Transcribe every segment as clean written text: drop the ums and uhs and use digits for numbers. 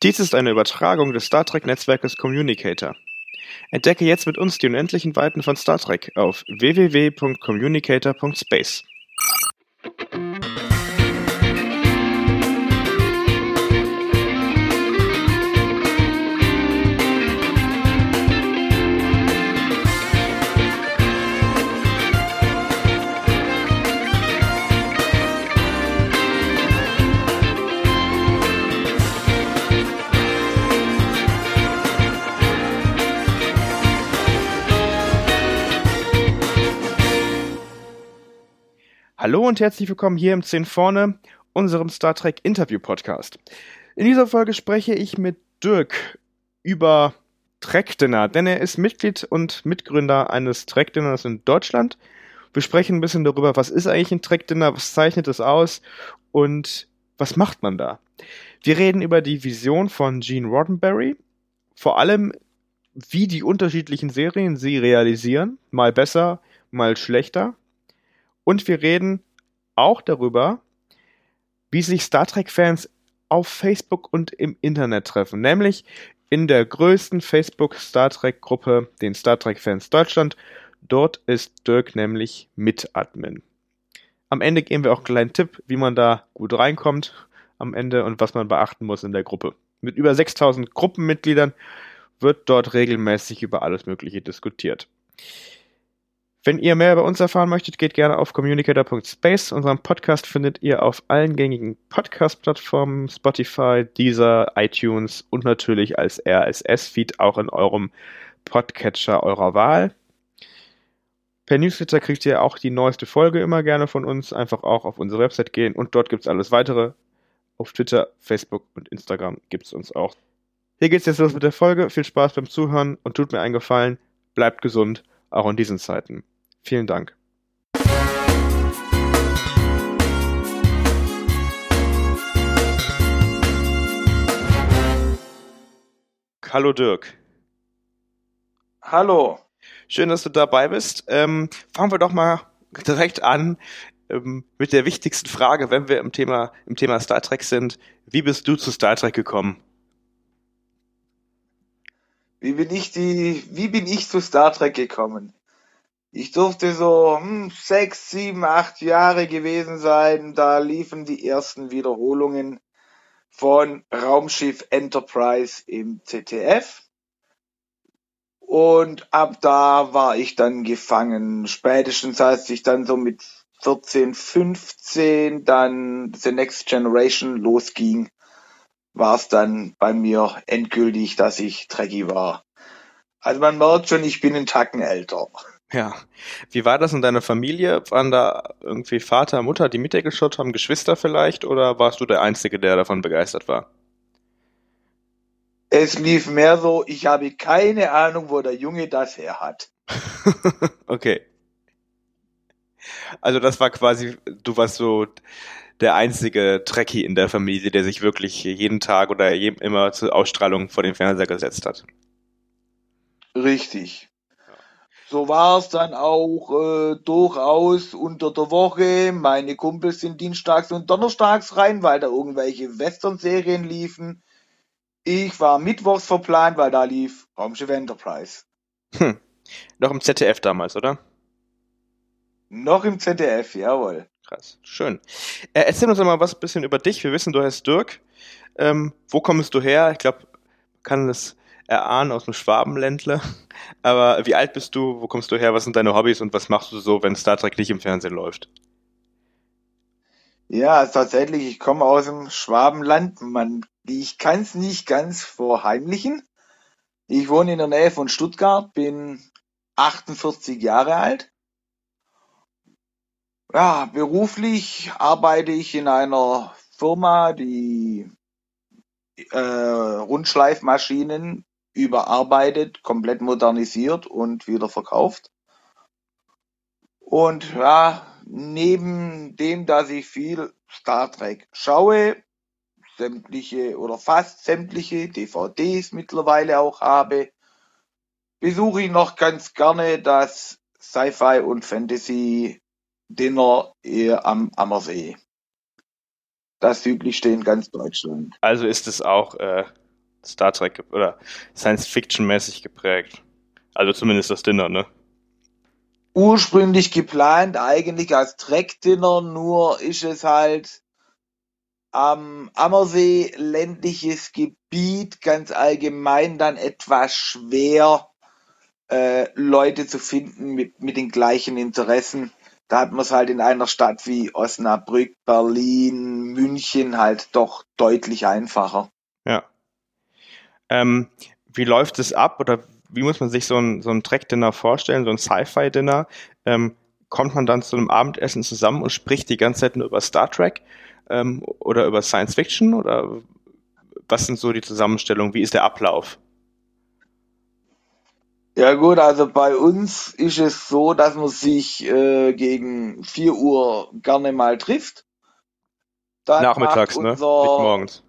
Dies ist eine Übertragung des Star Trek-Netzwerkes Communicator. Entdecke jetzt mit uns die unendlichen Weiten von Star Trek auf www.communicator.space. Hallo und herzlich willkommen hier im 10 vorne, unserem Star Trek Interview Podcast. In dieser Folge spreche ich mit Dirk über Trek-Dinner, denn er ist Mitglied und Mitgründer eines Trek-Dinners in Deutschland. Wir sprechen ein bisschen darüber, was ist eigentlich ein Trek-Dinner, was zeichnet es aus und was macht man da? Wir reden über die Vision von Gene Roddenberry, vor allem wie die unterschiedlichen Serien sie realisieren, mal besser, mal schlechter. Und wir reden auch darüber, wie sich Star Trek-Fans auf Facebook und im Internet treffen, nämlich in der größten Facebook-Star Trek-Gruppe, den Star Trek-Fans Deutschland. Dort ist Dirk nämlich Mitadmin. Am Ende geben wir auch einen kleinen Tipp, wie man da gut reinkommt am Ende und was man beachten muss in der Gruppe. Mit über 6000 Gruppenmitgliedern wird dort regelmäßig über alles Mögliche diskutiert. Wenn ihr mehr über uns erfahren möchtet, geht gerne auf communicator.space. Unseren Podcast findet ihr auf allen gängigen Podcast-Plattformen, Spotify, Deezer, iTunes und natürlich als RSS-Feed auch in eurem Podcatcher eurer Wahl. Per Newsletter kriegt ihr auch die neueste Folge immer gerne von uns. Einfach auch auf unsere Website gehen und dort gibt es alles weitere. Auf Twitter, Facebook und Instagram gibt es uns auch. Hier geht's jetzt los mit der Folge. Viel Spaß beim Zuhören und tut mir einen Gefallen. Bleibt gesund, auch in diesen Zeiten. Vielen Dank. Hallo Dirk. Hallo. Schön, dass du dabei bist. Fangen wir doch mal direkt an mit der wichtigsten Frage, wenn wir im Thema Star Trek sind. Wie bist du zu Star Trek gekommen? Wie bin ich zu Star Trek gekommen? Ich durfte so 6, 7, 8 Jahre gewesen sein. Da liefen die ersten Wiederholungen von Raumschiff Enterprise im ZDF. Und ab da war ich dann gefangen. Spätestens als ich dann so mit 14, 15 dann The Next Generation losging, war es dann bei mir endgültig, dass ich Trekkie war. Also man merkt schon, ich bin einen Tacken älter. Ja. Wie war das in deiner Familie? Waren da irgendwie Vater, Mutter, die mit dir geschaut haben, Geschwister vielleicht? Oder warst du der Einzige, der davon begeistert war? Es lief mehr so, ich habe keine Ahnung, wo der Junge das her hat. Okay. Also das war quasi, du warst so der einzige Trekkie in der Familie, der sich wirklich jeden Tag oder immer zur Ausstrahlung vor den Fernseher gesetzt hat. Richtig. So war es dann auch durchaus unter der Woche. Meine Kumpels sind dienstags und donnerstags rein, weil da irgendwelche Western-Serien liefen. Ich war mittwochs verplant, weil da lief Raumschiff Enterprise. Noch im ZDF damals, oder? Noch im ZDF, jawohl. Krass, schön. Erzähl uns doch mal was ein bisschen über dich. Wir wissen, du heißt Dirk. Wo kommst du her? Ich glaube, man kann es erahnen aus dem Schwabenländle. Aber wie alt bist du? Wo kommst du her? Was sind deine Hobbys und was machst du so, wenn Star Trek nicht im Fernsehen läuft? Ja, tatsächlich, ich komme aus dem Schwabenland. Ich kann es nicht ganz verheimlichen. Ich wohne in der Nähe von Stuttgart, bin 48 Jahre alt. Ja, beruflich arbeite ich in einer Firma, die Rundschleifmaschinen überarbeitet, komplett modernisiert und wieder verkauft. Und ja, neben dem, dass ich viel Star Trek schaue, sämtliche oder fast sämtliche DVDs mittlerweile auch habe, besuche ich noch ganz gerne das Sci-Fi und Fantasy Dinner am Ammersee. Das üblichste in ganz Deutschland. Also ist es auch Star Trek oder Science-Fiction-mäßig geprägt. Also zumindest das Dinner, ne? Ursprünglich geplant eigentlich als Track-Dinner, nur ist es halt am Ammersee ländliches Gebiet ganz allgemein dann etwas schwer, Leute zu finden mit den gleichen Interessen. Da hat man es halt in einer Stadt wie Osnabrück, Berlin, München halt doch deutlich einfacher. Ja. Ähm, Wie läuft es ab oder wie muss man sich so ein Track-Dinner vorstellen, so ein Sci-Fi-Dinner? Kommt man dann zu einem Abendessen zusammen und spricht die ganze Zeit nur über Star Trek oder über Science Fiction oder was sind so die Zusammenstellungen? Wie ist der Ablauf? Ja gut, also bei uns ist es so, dass man sich gegen 4 Uhr gerne mal trifft. Dann macht Nachmittags, ne? Nicht unser morgens.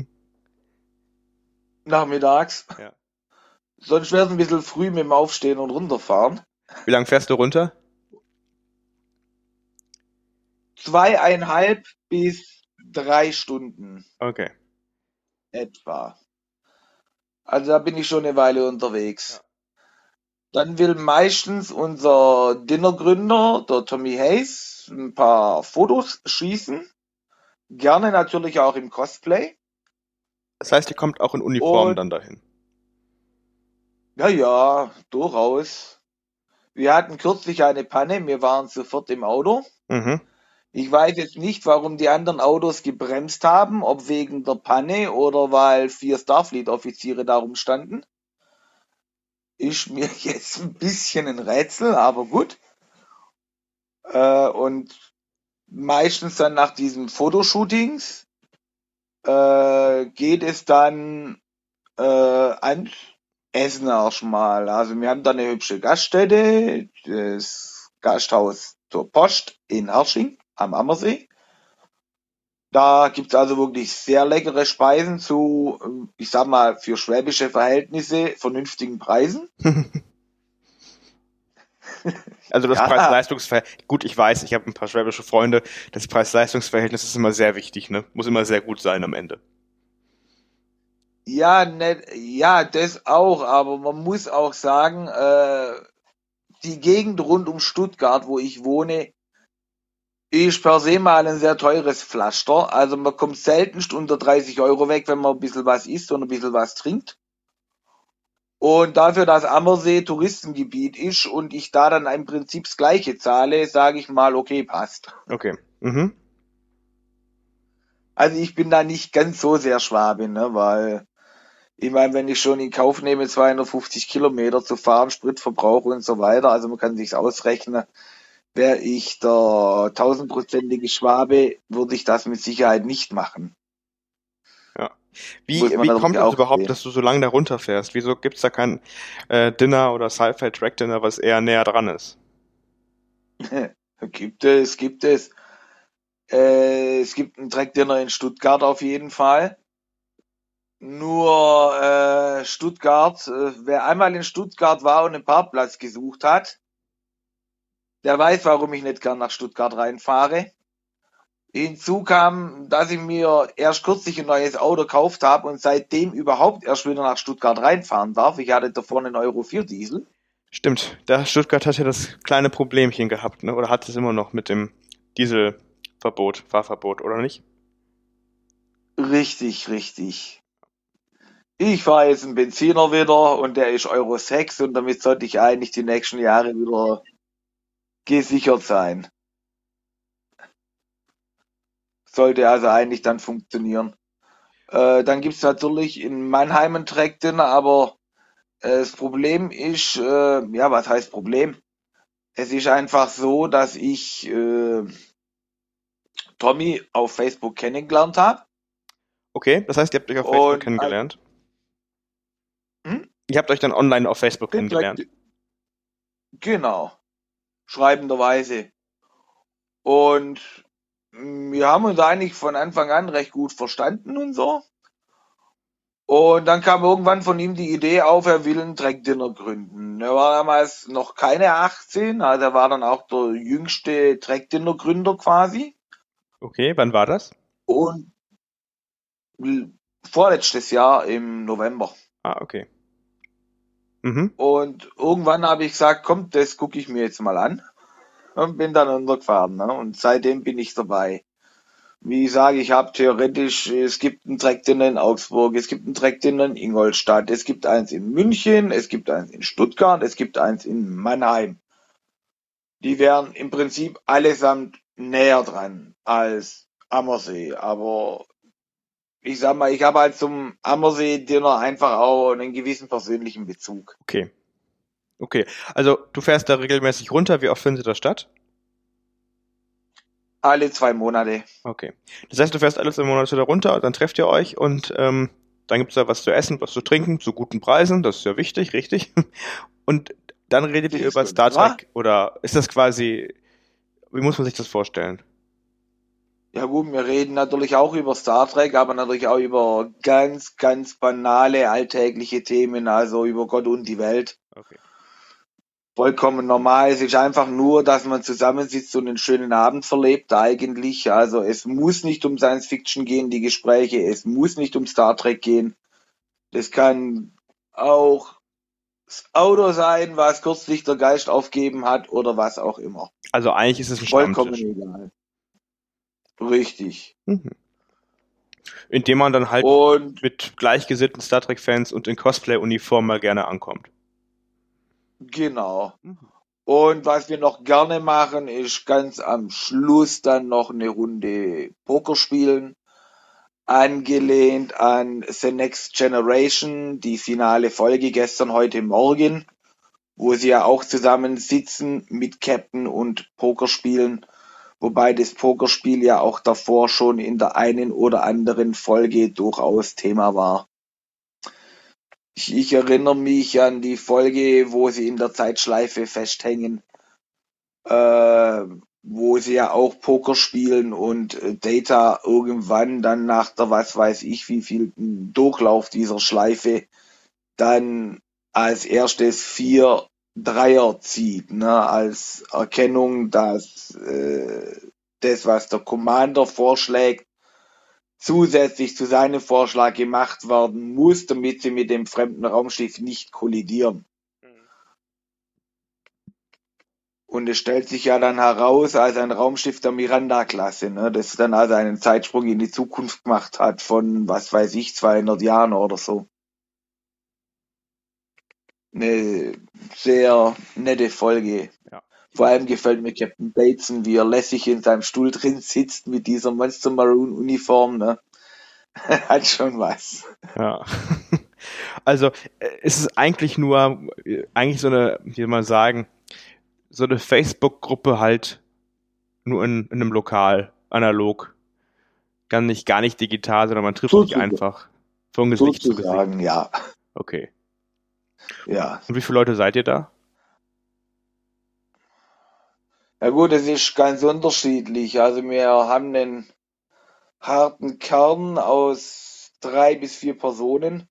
nachmittags, Ja. sonst wäre es ein bisschen früh mit dem Aufstehen und runterfahren. Wie lange fährst du runter? 2,5 bis 3 Stunden Okay. etwa. Also da bin ich schon eine Weile Ja. unterwegs. Dann will meistens unser Dinnergründer, der Tommy Hayes, ein paar Fotos schießen. Gerne natürlich auch im Cosplay. Das heißt, ihr kommt auch in Uniform Und dann dahin. ja, ja, durchaus. Wir hatten kürzlich eine Panne, wir waren sofort im Auto. Mhm. Ich weiß jetzt nicht, warum die anderen Autos gebremst haben, ob wegen der Panne oder weil 4 Starfleet-Offiziere darum standen. Ist mir jetzt ein bisschen ein Rätsel, aber gut. Und meistens dann nach diesen Fotoshootings geht es dann ans Essen erstmal. Also wir haben da eine hübsche Gaststätte, das Gasthaus zur Post in Hersching am Ammersee. Da gibt's also wirklich sehr leckere Speisen zu, ich sag mal, für schwäbische Verhältnisse vernünftigen Preisen. Also das Ja, Preis-Leistungs-Verhältnis, gut, ich weiß, ich habe ein paar schwäbische Freunde, das Preis-Leistungs-Verhältnis ist immer sehr wichtig, ne? Muss immer sehr gut sein am Ende. ja, ja, das auch, aber man muss auch sagen, die Gegend rund um Stuttgart, wo ich wohne, ist per se mal ein sehr teures Pflaster. Also man kommt seltenst unter 30 € weg, wenn man ein bisschen was isst und ein bisschen was trinkt. Und dafür, dass Ammersee Touristengebiet ist und ich da dann im Prinzip das Gleiche zahle, sage ich mal, okay, passt. Okay. Mhm. Also ich bin da nicht ganz so sehr Schwabe, ne, weil ich meine, wenn ich schon in Kauf nehme, 250 Kilometer zu fahren, Spritverbrauch und so weiter, also man kann sich's ausrechnen, wäre ich der tausendprozentige Schwabe, würde ich das mit Sicherheit nicht machen. Ja. Muss man Wie natürlich kommt es auch überhaupt, sehen. dass du so lange da runterfährst? Wieso gibt's da kein Dinner oder Sci-Fi-Track-Dinner, was eher näher dran ist? Gibt es. Es gibt ein Track-Dinner in Stuttgart auf jeden Fall. Nur Stuttgart, wer einmal in Stuttgart war und einen Parkplatz gesucht hat, der weiß, warum ich nicht gern nach Stuttgart reinfahre. Hinzu kam, dass ich mir erst kürzlich ein neues Auto gekauft habe und seitdem überhaupt erst wieder nach Stuttgart reinfahren darf. Ich hatte davor einen Euro 4 Diesel. Stimmt, Stuttgart hat ja das kleine Problemchen gehabt, ne? Oder hat es immer noch mit dem Dieselverbot, Fahrverbot, oder nicht? Richtig, richtig. Ich fahre jetzt einen Benziner wieder und der ist Euro 6 und damit sollte ich eigentlich die nächsten Jahre wieder gesichert sein. Sollte also eigentlich dann funktionieren. Dann gibt's natürlich in Mannheim ein Track-Dinner, aber das Problem ist, ja, was heißt Problem? Es ist einfach so, dass ich Tommy auf Facebook kennengelernt habe Okay, das heißt, ihr habt euch auf Facebook und kennengelernt. hm, Ihr habt euch dann online auf Facebook den Track, kennengelernt. genau, schreibenderweise. Und wir haben uns eigentlich von Anfang an recht gut verstanden und so. Und dann kam irgendwann von ihm die Idee auf, er will ein Track-Dinner gründen. Er war damals noch keine 18, also er war dann auch der jüngste Track-Dinner-Gründer quasi. Okay, wann war das? Und vorletztes Jahr im November. Ah, okay. Mhm. Und irgendwann habe ich gesagt, komm, das gucke ich mir jetzt mal an und bin dann runtergefahren. Ne? Und seitdem bin ich dabei. Wie ich sage, ich habe theoretisch, es gibt einen Trackdinner in Augsburg, es gibt einen Trackdinner in Ingolstadt, es gibt eins in München, es gibt eins in Stuttgart, es gibt eins in Mannheim. Die wären im Prinzip allesamt näher dran als Ammersee. Aber ich sag mal, ich habe halt zum Ammersee-Dinner einfach auch einen gewissen persönlichen Bezug. Okay. Okay. Also du fährst da regelmäßig runter. Wie oft findet das statt? Alle 2 Monate. Okay. Das heißt, du fährst alle 2 Monate da runter, dann trefft ihr euch und dann gibt's da was zu essen, was zu trinken, zu guten Preisen. Das ist ja wichtig, richtig. Und dann redet Das ihr ist über ganz Star wahr. Trek oder ist das quasi, wie muss man sich das vorstellen? Ja gut, wir reden natürlich auch über Star Trek, aber natürlich auch über ganz, ganz banale alltägliche Themen, also über Gott und die Welt. Okay. Vollkommen normal. Es ist einfach nur, dass man zusammensitzt und einen schönen Abend verlebt eigentlich. Also es muss nicht um Science Fiction gehen, die Gespräche. Es muss nicht um Star Trek gehen. Das kann auch das Auto sein, was kürzlich der Geist aufgeben hat oder was auch immer. Also eigentlich ist es ein Vollkommen Stammtisch. egal. Richtig. Mhm. In dem man dann halt Und mit gleichgesinnten Star Trek-Fans und in Cosplay-Uniform mal gerne ankommt. genau. Mhm. Und was wir noch gerne machen, ist ganz am Schluss dann noch eine Runde Poker spielen. Angelehnt an The Next Generation, die finale Folge gestern, heute Morgen, wo sie ja auch zusammen sitzen mit Captain und Poker spielen, wobei das Pokerspiel ja auch davor schon in der einen oder anderen Folge durchaus Thema war. Ich erinnere mich an die Folge, wo sie in der Zeitschleife festhängen, wo sie ja auch Poker spielen und Data irgendwann dann nach der was weiß ich wie viel Durchlauf dieser Schleife dann als erstes 4 Dreier zieht, ne, als Erkennung, dass das, was der Commander vorschlägt, zusätzlich zu seinem Vorschlag gemacht werden muss, damit sie mit dem fremden Raumschiff nicht kollidieren. Und es stellt sich ja dann heraus, als ein Raumschiff der Miranda-Klasse, ne, das dann also einen Zeitsprung in die Zukunft gemacht hat von, was weiß ich, 200 Jahren oder so. Eine sehr nette Folge. Ja. Vor allem gefällt mir Captain Bateson, wie er lässig in seinem Stuhl drin sitzt mit dieser Monster Maroon Uniform, ne. Hat schon was. Ja. Also es ist eigentlich nur, eigentlich so eine, wie soll man sagen, so eine Facebook-Gruppe halt nur in einem Lokal, analog. Gar nicht digital, sondern man trifft sich Sozusagen, einfach von Gesicht zu Gesicht. sozusagen, ja. Okay. Ja. Und wie viele Leute seid ihr da? Ja gut, es ist ganz unterschiedlich. Also wir haben einen harten Kern aus 3 bis 4 Personen.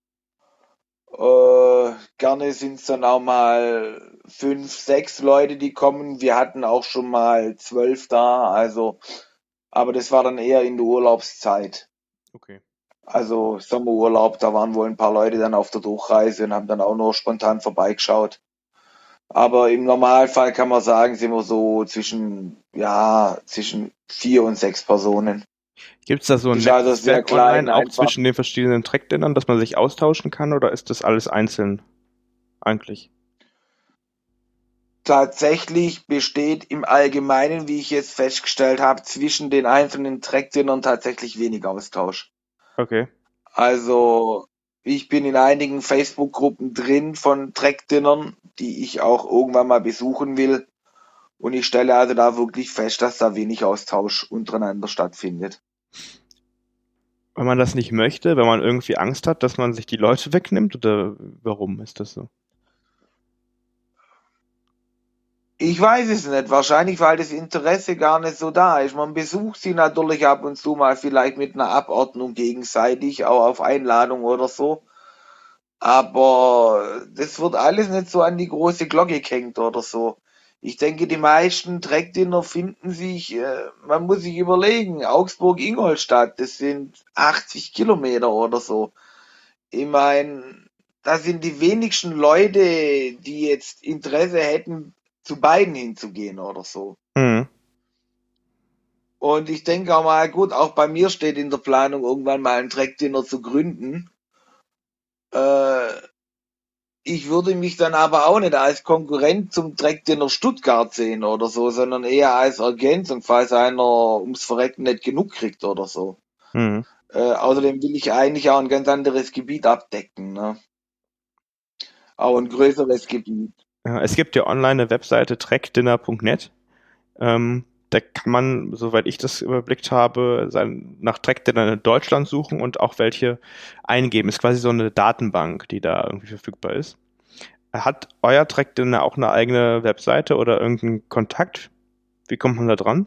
Gerne sind es dann auch mal 5, 6 Leute, die kommen. Wir hatten auch schon mal 12 da, also, aber das war dann eher in der Urlaubszeit. Okay. Also Sommerurlaub, da waren wohl ein paar Leute dann auf der Durchreise und haben dann auch nur spontan vorbeigeschaut. Aber im Normalfall kann man sagen, sind wir so zwischen 4 und 6 Personen. Gibt es da so ein Ist also sehr Netzwerk klein, online auch einfach. zwischen den verschiedenen Trackländern, dass man sich austauschen kann oder ist das alles einzeln eigentlich? Tatsächlich besteht im Allgemeinen, wie ich jetzt festgestellt habe, zwischen den einzelnen Trackdinnern tatsächlich wenig Austausch. Okay. Also ich bin in einigen Facebook-Gruppen drin von Trackdinnern, die ich auch irgendwann mal besuchen will. Und ich stelle also da wirklich fest, dass da wenig Austausch untereinander stattfindet. Wenn man das nicht möchte, wenn man irgendwie Angst hat, dass man sich die Leute wegnimmt oder warum ist das so? Ich weiß es nicht. Wahrscheinlich, weil das Interesse gar nicht so da ist. Man besucht sie natürlich ab und zu mal vielleicht mit einer Abordnung gegenseitig, auch auf Einladung oder so. Aber das wird alles nicht so an die große Glocke gehängt oder so. Ich denke, die meisten Trackdinner finden sich, man muss sich überlegen, Augsburg-Ingolstadt, das sind 80 Kilometer oder so. Ich meine, da sind die wenigsten Leute, die jetzt Interesse hätten, zu beiden hinzugehen oder so. Mhm. Und ich denke auch mal, gut, auch bei mir steht in der Planung, irgendwann mal ein Trackdinner zu gründen. Äh, Ich würde mich dann aber auch nicht als Konkurrent zum Trackdinner Stuttgart sehen oder so, sondern eher als Ergänzung, falls einer ums Verrecken nicht genug kriegt oder so. Mhm. Außerdem will ich eigentlich auch ein ganz anderes Gebiet abdecken, ne? Auch ein größeres Gebiet. Ja, es gibt ja online eine Webseite trackdinner.net. Da kann man, soweit ich das überblickt habe, nach Trackdinnern in Deutschland suchen und auch welche eingeben. Ist quasi so eine Datenbank, die da irgendwie verfügbar ist. Hat euer Trackdinner auch eine eigene Webseite oder irgendeinen Kontakt? Wie kommt man da dran?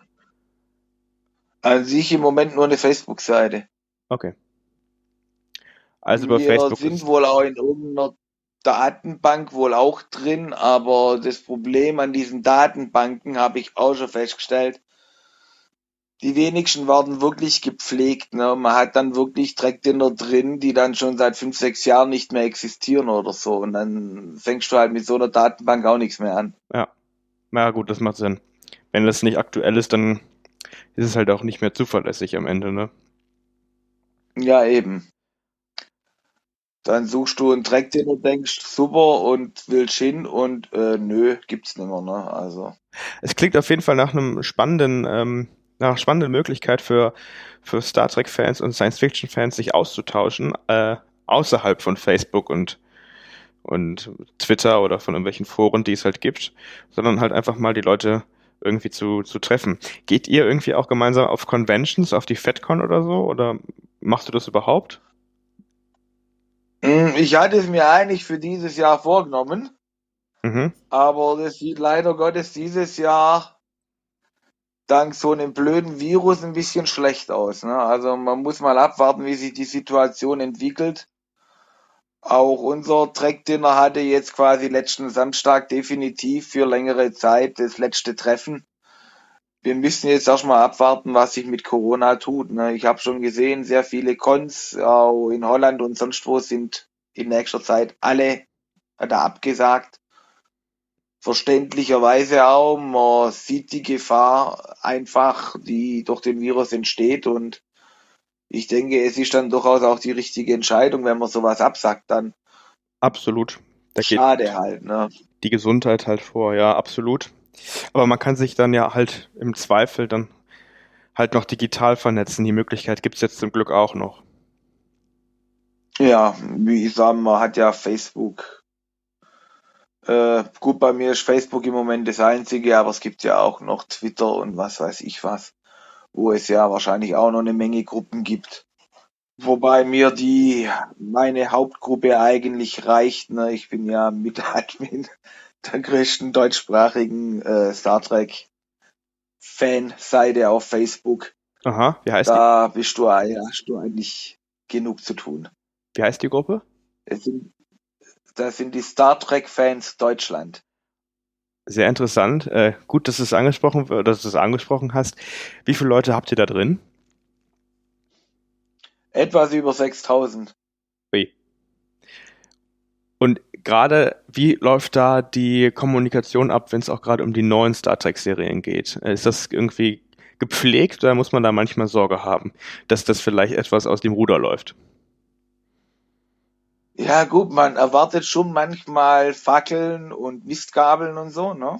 An sich im Moment nur eine Facebook-Seite. Okay. Also bei Wir Facebook sind ist. wohl auch in irgendeiner Datenbank wohl auch drin, aber das Problem an diesen Datenbanken habe ich auch schon festgestellt. Die wenigsten werden wirklich gepflegt, ne? Man hat dann wirklich Trackdinner drin, die dann schon seit 5, 6 Jahren nicht mehr existieren oder so. Und dann fängst du halt mit so einer Datenbank auch nichts mehr an. Ja, na gut, das macht Sinn. Wenn das nicht aktuell ist, dann ist es halt auch nicht mehr zuverlässig am Ende, ne? Ja, eben. Dann suchst du einen Trackdinner, denkst super und willst hin und nö, gibt's nimmer, ne? Also. Es klingt auf jeden Fall nach einer spannenden Möglichkeit für Star Trek-Fans und Science-Fiction-Fans sich auszutauschen, außerhalb von Facebook und Twitter oder von irgendwelchen Foren, die es halt gibt, sondern halt einfach mal die Leute irgendwie zu treffen. Geht ihr irgendwie auch gemeinsam auf Conventions, auf die FedCon oder so? Oder machst du das überhaupt? Ich hatte es mir eigentlich für dieses Jahr vorgenommen, Mhm. aber das sieht leider Gottes dieses Jahr dank so einem blöden Virus ein bisschen schlecht aus, ne? Also man muss mal abwarten, wie sich die Situation entwickelt. Auch unser Trackdinner hatte jetzt quasi letzten Samstag definitiv für längere Zeit das letzte Treffen. Wir müssen jetzt erstmal abwarten, was sich mit Corona tut, ne? Ich habe schon gesehen, sehr viele Cons, auch in Holland und sonst wo sind in nächster Zeit alle da abgesagt. Verständlicherweise auch, man sieht die Gefahr einfach, die durch den Virus entsteht, und ich denke, es ist dann durchaus auch die richtige Entscheidung, wenn man sowas absagt, dann Absolut. Da geht schade halt, ne? die Gesundheit halt vor, ja, absolut. Aber man kann sich dann ja halt im Zweifel dann halt noch digital vernetzen. Die Möglichkeit gibt's jetzt zum Glück auch noch. Ja, wie ich sage, man hat ja Facebook. Gut, bei mir ist Facebook im Moment das einzige, aber es gibt ja auch noch Twitter und was weiß ich was, wo es ja wahrscheinlich auch noch eine Menge Gruppen gibt. Wobei mir meine Hauptgruppe eigentlich reicht, ne? Ich bin ja Mitadmin der größten deutschsprachigen Star Trek Fanseite auf Facebook. Aha, Da hast du eigentlich genug zu tun. wie heißt die Gruppe? Es sind, Das sind die Star Trek Fans Deutschland. Sehr interessant. Gut, dass du es angesprochen hast. Wie viele Leute habt ihr da drin? Etwas über 6.000. Ui. Und gerade, wie läuft da die Kommunikation ab, wenn es auch gerade um die neuen Star Trek-Serien geht? Ist das irgendwie gepflegt oder muss man da manchmal Sorge haben, dass das vielleicht etwas aus dem Ruder läuft? Ja gut, man erwartet schon manchmal Fackeln und Mistgabeln und so, ne?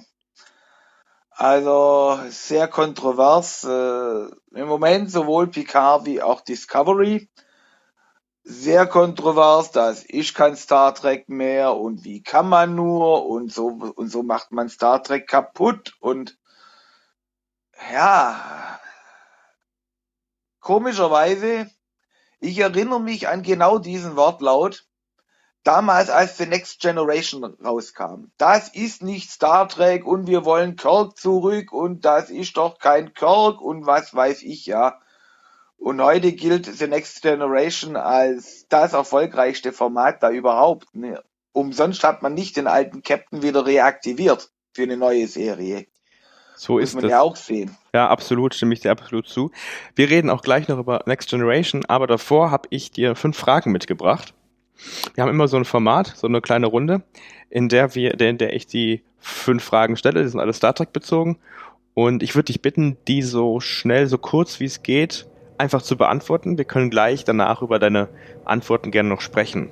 Also sehr kontrovers. Im Moment sowohl Picard wie auch Discovery. Sehr kontrovers, das ist kein Star Trek mehr und wie kann man nur und so macht man Star Trek kaputt und ja, komischerweise, ich erinnere mich an genau diesen Wortlaut damals, als The Next Generation rauskam. Das ist nicht Star Trek und wir wollen Kirk zurück und das ist doch kein Kirk und was weiß ich, ja. Und heute gilt The Next Generation als das erfolgreichste Format da überhaupt. Ne? Umsonst hat man nicht den alten Captain wieder reaktiviert. für eine neue Serie. So Muss ist man es. ja auch sehen. Ja, absolut, stimme ich dir absolut zu. Wir reden auch gleich noch über Next Generation, aber davor habe ich dir 5 Fragen mitgebracht. Wir haben immer so ein Format, so eine kleine Runde, in der ich die 5 Fragen stelle. Die sind alle Star Trek bezogen. Und ich würde dich bitten, die so schnell, so kurz wie es geht, einfach zu beantworten. Wir können gleich danach über deine Antworten gerne noch sprechen.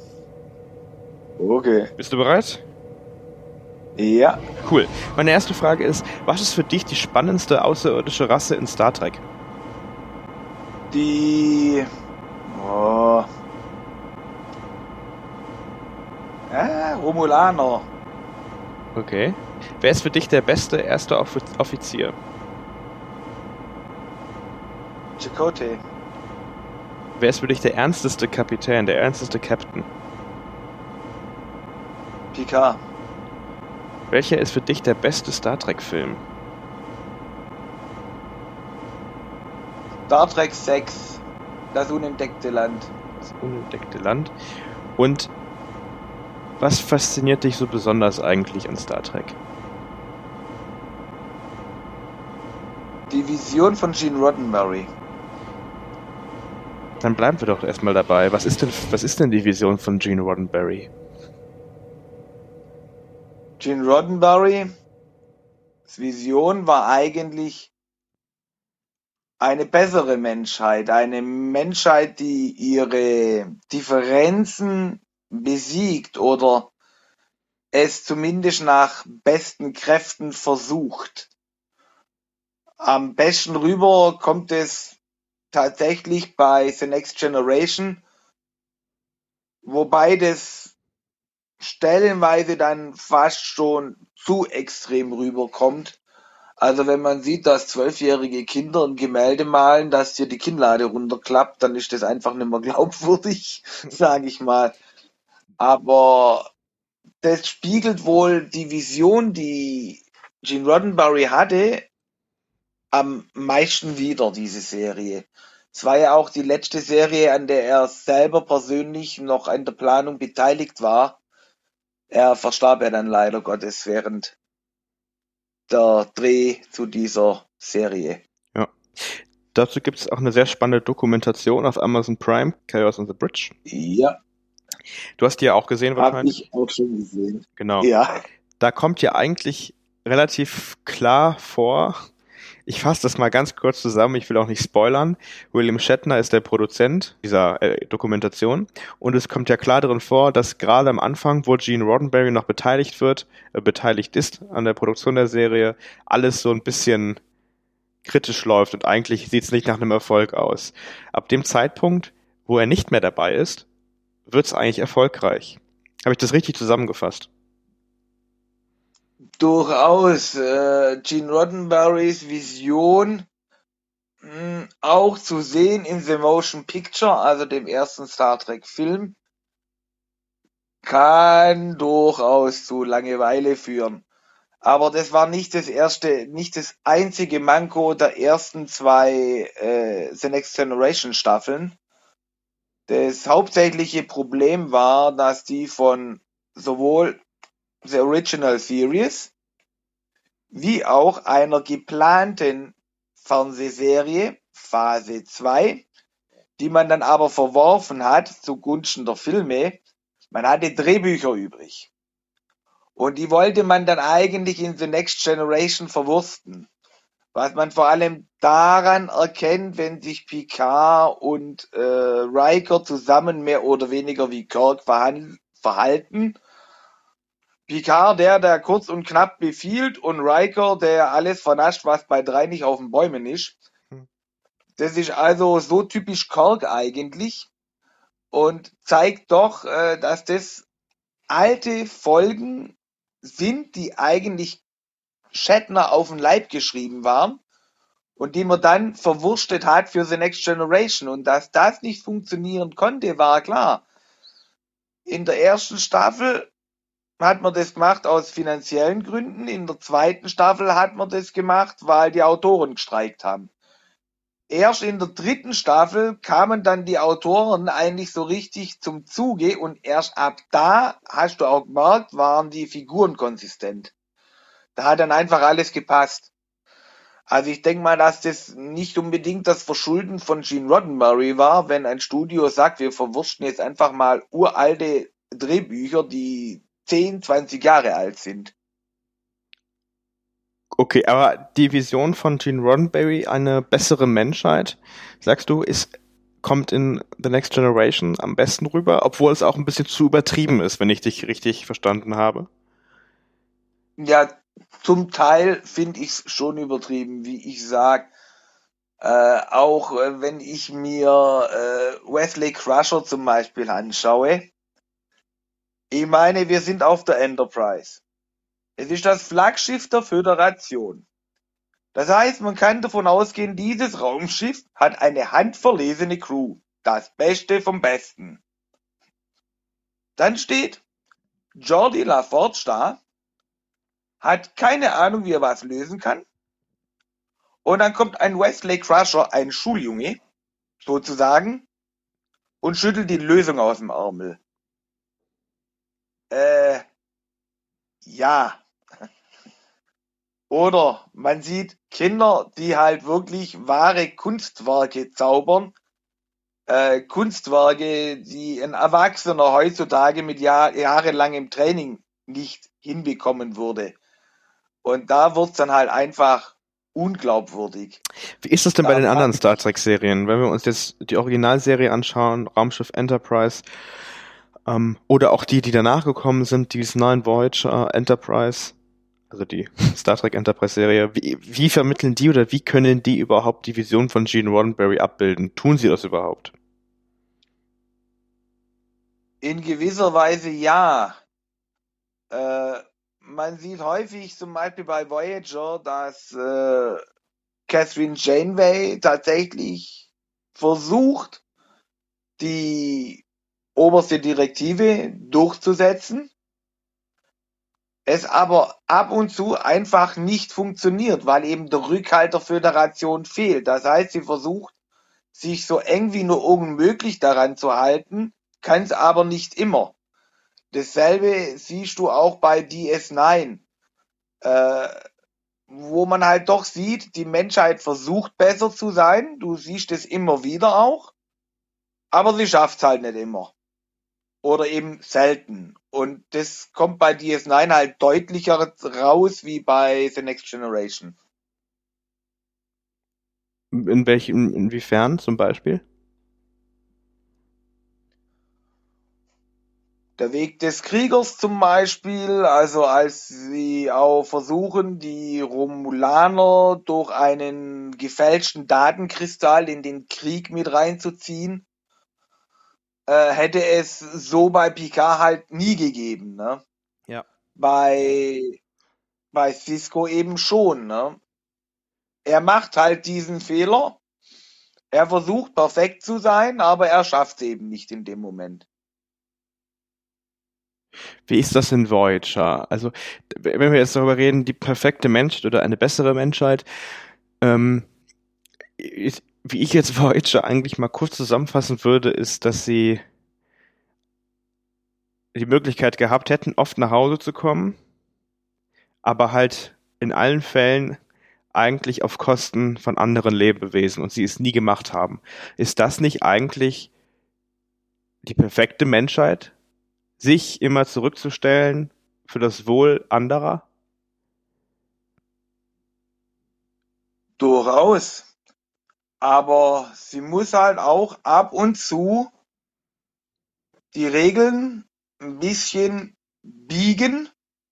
Okay. Bist du bereit? Ja. Cool. Meine erste Frage ist, was ist für dich die spannendste außerirdische Rasse in Star Trek? Die. Oh. Romulaner. Okay. Wer ist für dich der beste erste Offizier? Chakotay. Wer ist für dich der ernsteste Kapitän, der ernsteste Captain? Picard. Welcher ist für dich der beste Star Trek-Film? Star Trek 6. Das unentdeckte Land. Das unentdeckte Land. Und was fasziniert dich so besonders eigentlich an Star Trek? Die Vision von Gene Roddenberry. Dann bleiben wir doch erstmal dabei. Was ist denn die Vision von Gene Roddenberry? Gene Roddenberrys Vision war eigentlich eine bessere Menschheit. Eine Menschheit, die ihre Differenzen besiegt oder es zumindest nach besten Kräften versucht. Am besten rüber kommt es tatsächlich bei The Next Generation, wobei das stellenweise dann fast schon zu extrem rüberkommt. Also wenn man sieht, dass 12-jährige Kinder ein Gemälde malen, dass dir die Kinnlade runterklappt, dann ist das einfach nicht mehr glaubwürdig, sage ich mal. Aber das spiegelt wohl die Vision, die Gene Roddenberry hatte, am meisten wider, diese Serie. Es war ja auch die letzte Serie, an der er selber persönlich noch an der Planung beteiligt war. Er verstarb ja dann leider Gottes während der Dreh zu dieser Serie. Ja. Dazu gibt es auch eine sehr spannende Dokumentation auf Amazon Prime, Chaos on the Bridge. Ja. Du hast die ja auch gesehen wahrscheinlich. Habe ich auch schon gesehen. Genau. Ja. Da kommt ja eigentlich relativ klar vor, ich fasse das mal ganz kurz zusammen, ich will auch nicht spoilern. William Shatner ist der Produzent dieser Dokumentation und es kommt ja klar darin vor, dass gerade am Anfang, wo Gene Roddenberry noch beteiligt ist an der Produktion der Serie, alles so ein bisschen kritisch läuft und eigentlich sieht es nicht nach einem Erfolg aus. Ab dem Zeitpunkt, wo er nicht mehr dabei ist, wird es eigentlich erfolgreich. Habe ich das richtig zusammengefasst? Durchaus. Gene Roddenberrys Vision auch zu sehen in The Motion Picture, also dem ersten Star Trek Film, kann durchaus zu Langeweile führen. Aber das war nicht das einzige Manko der ersten 2 The Next Generation Staffeln. Das hauptsächliche Problem war, dass die von sowohl The Original Series wie auch einer geplanten Fernsehserie Phase 2, die man dann aber verworfen hat zugunsten der Filme. Man hatte Drehbücher übrig. Und die wollte man dann eigentlich in The Next Generation verwursten. Was man vor allem daran erkennt, wenn sich Picard und Riker zusammen mehr oder weniger wie Kirk verhalten. Picard, der kurz und knapp befiehlt, und Riker, der alles vernascht, was bei 3 nicht auf den Bäumen ist. Das ist also so typisch Kirk eigentlich und zeigt doch, dass das alte Folgen sind, die eigentlich Shatner auf den Leib geschrieben waren und die man dann verwurstet hat für The Next Generation. Und dass das nicht funktionieren konnte, war klar. In der ersten Staffel hat man das gemacht aus finanziellen Gründen. In der zweiten Staffel hat man das gemacht, weil die Autoren gestreikt haben. Erst in der dritten Staffel kamen dann die Autoren eigentlich so richtig zum Zuge und erst ab da, hast du auch gemerkt, waren die Figuren konsistent. Da hat dann einfach alles gepasst. Also ich denke mal, dass das nicht unbedingt das Verschulden von Gene Roddenberry war, wenn ein Studio sagt, wir verwursten jetzt einfach mal uralte Drehbücher, die 10, 20 Jahre alt sind. Okay, aber die Vision von Gene Roddenberry, eine bessere Menschheit, sagst du, kommt in The Next Generation am besten rüber, obwohl es auch ein bisschen zu übertrieben ist, wenn ich dich richtig verstanden habe. Ja, zum Teil finde ich es schon übertrieben, wie ich sag. Auch wenn ich mir Wesley Crusher zum Beispiel anschaue. Ich meine, wir sind auf der Enterprise. Es ist das Flaggschiff der Föderation. Das heißt, man kann davon ausgehen, dieses Raumschiff hat eine handverlesene Crew. Das Beste vom Besten. Dann steht Geordi LaForge da, hat keine Ahnung, wie er was lösen kann. Und dann kommt ein Wesley Crusher, ein Schuljunge, sozusagen, und schüttelt die Lösung aus dem Ärmel. Ja. Oder man sieht Kinder, die halt wirklich wahre Kunstwerke zaubern. Kunstwerke, die ein Erwachsener heutzutage mit jahrelangem Training nicht hinbekommen würde. Und da wird's dann halt einfach unglaubwürdig. Wie ist das denn bei Da den frage anderen ich Star mich, Trek-Serien? Wenn wir uns jetzt die Originalserie anschauen, Raumschiff Enterprise, oder auch die danach gekommen sind, die DS9 Voyager, Enterprise, also die Star Trek Enterprise-Serie, wie vermitteln die oder wie können die überhaupt die Vision von Gene Roddenberry abbilden? Tun sie das überhaupt? in gewisser Weise ja. Äh, Man sieht häufig zum Beispiel bei Voyager, dass Catherine Janeway tatsächlich versucht, die oberste Direktive durchzusetzen, es aber ab und zu einfach nicht funktioniert, weil eben der Rückhalt der Föderation fehlt. Das heißt, sie versucht, sich so eng wie nur irgend möglich daran zu halten, kann es aber nicht immer. Dasselbe siehst du auch bei DS9, äh, wo man halt doch sieht, die Menschheit versucht besser zu sein. Du siehst es immer wieder auch, aber sie schafft es halt nicht immer. Oder eben selten. Und das kommt bei DS9 halt deutlicher raus wie bei The Next Generation. Inwiefern zum Beispiel? Der Weg des Kriegers zum Beispiel, also als sie auch versuchen, die Romulaner durch einen gefälschten Datenkristall in den Krieg mit reinzuziehen, hätte es so bei Picard halt nie gegeben. Ne? Ja. Bei, bei Cisco eben schon. Ne? Er macht halt diesen Fehler. Er versucht perfekt zu sein, aber er schafft es eben nicht in dem Moment. Wie ist das in Voyager? Also, wenn wir jetzt darüber reden, die perfekte Menschheit oder eine bessere Menschheit, ähm, wie ich jetzt Voyager eigentlich mal kurz zusammenfassen würde, ist, dass sie die Möglichkeit gehabt hätten, oft nach Hause zu kommen, aber halt in allen Fällen eigentlich auf Kosten von anderen Lebewesen und sie es nie gemacht haben. Ist das nicht eigentlich die perfekte Menschheit, sich immer zurückzustellen für das Wohl anderer? Durchaus. Aber sie muss halt auch ab und zu die Regeln ein bisschen biegen,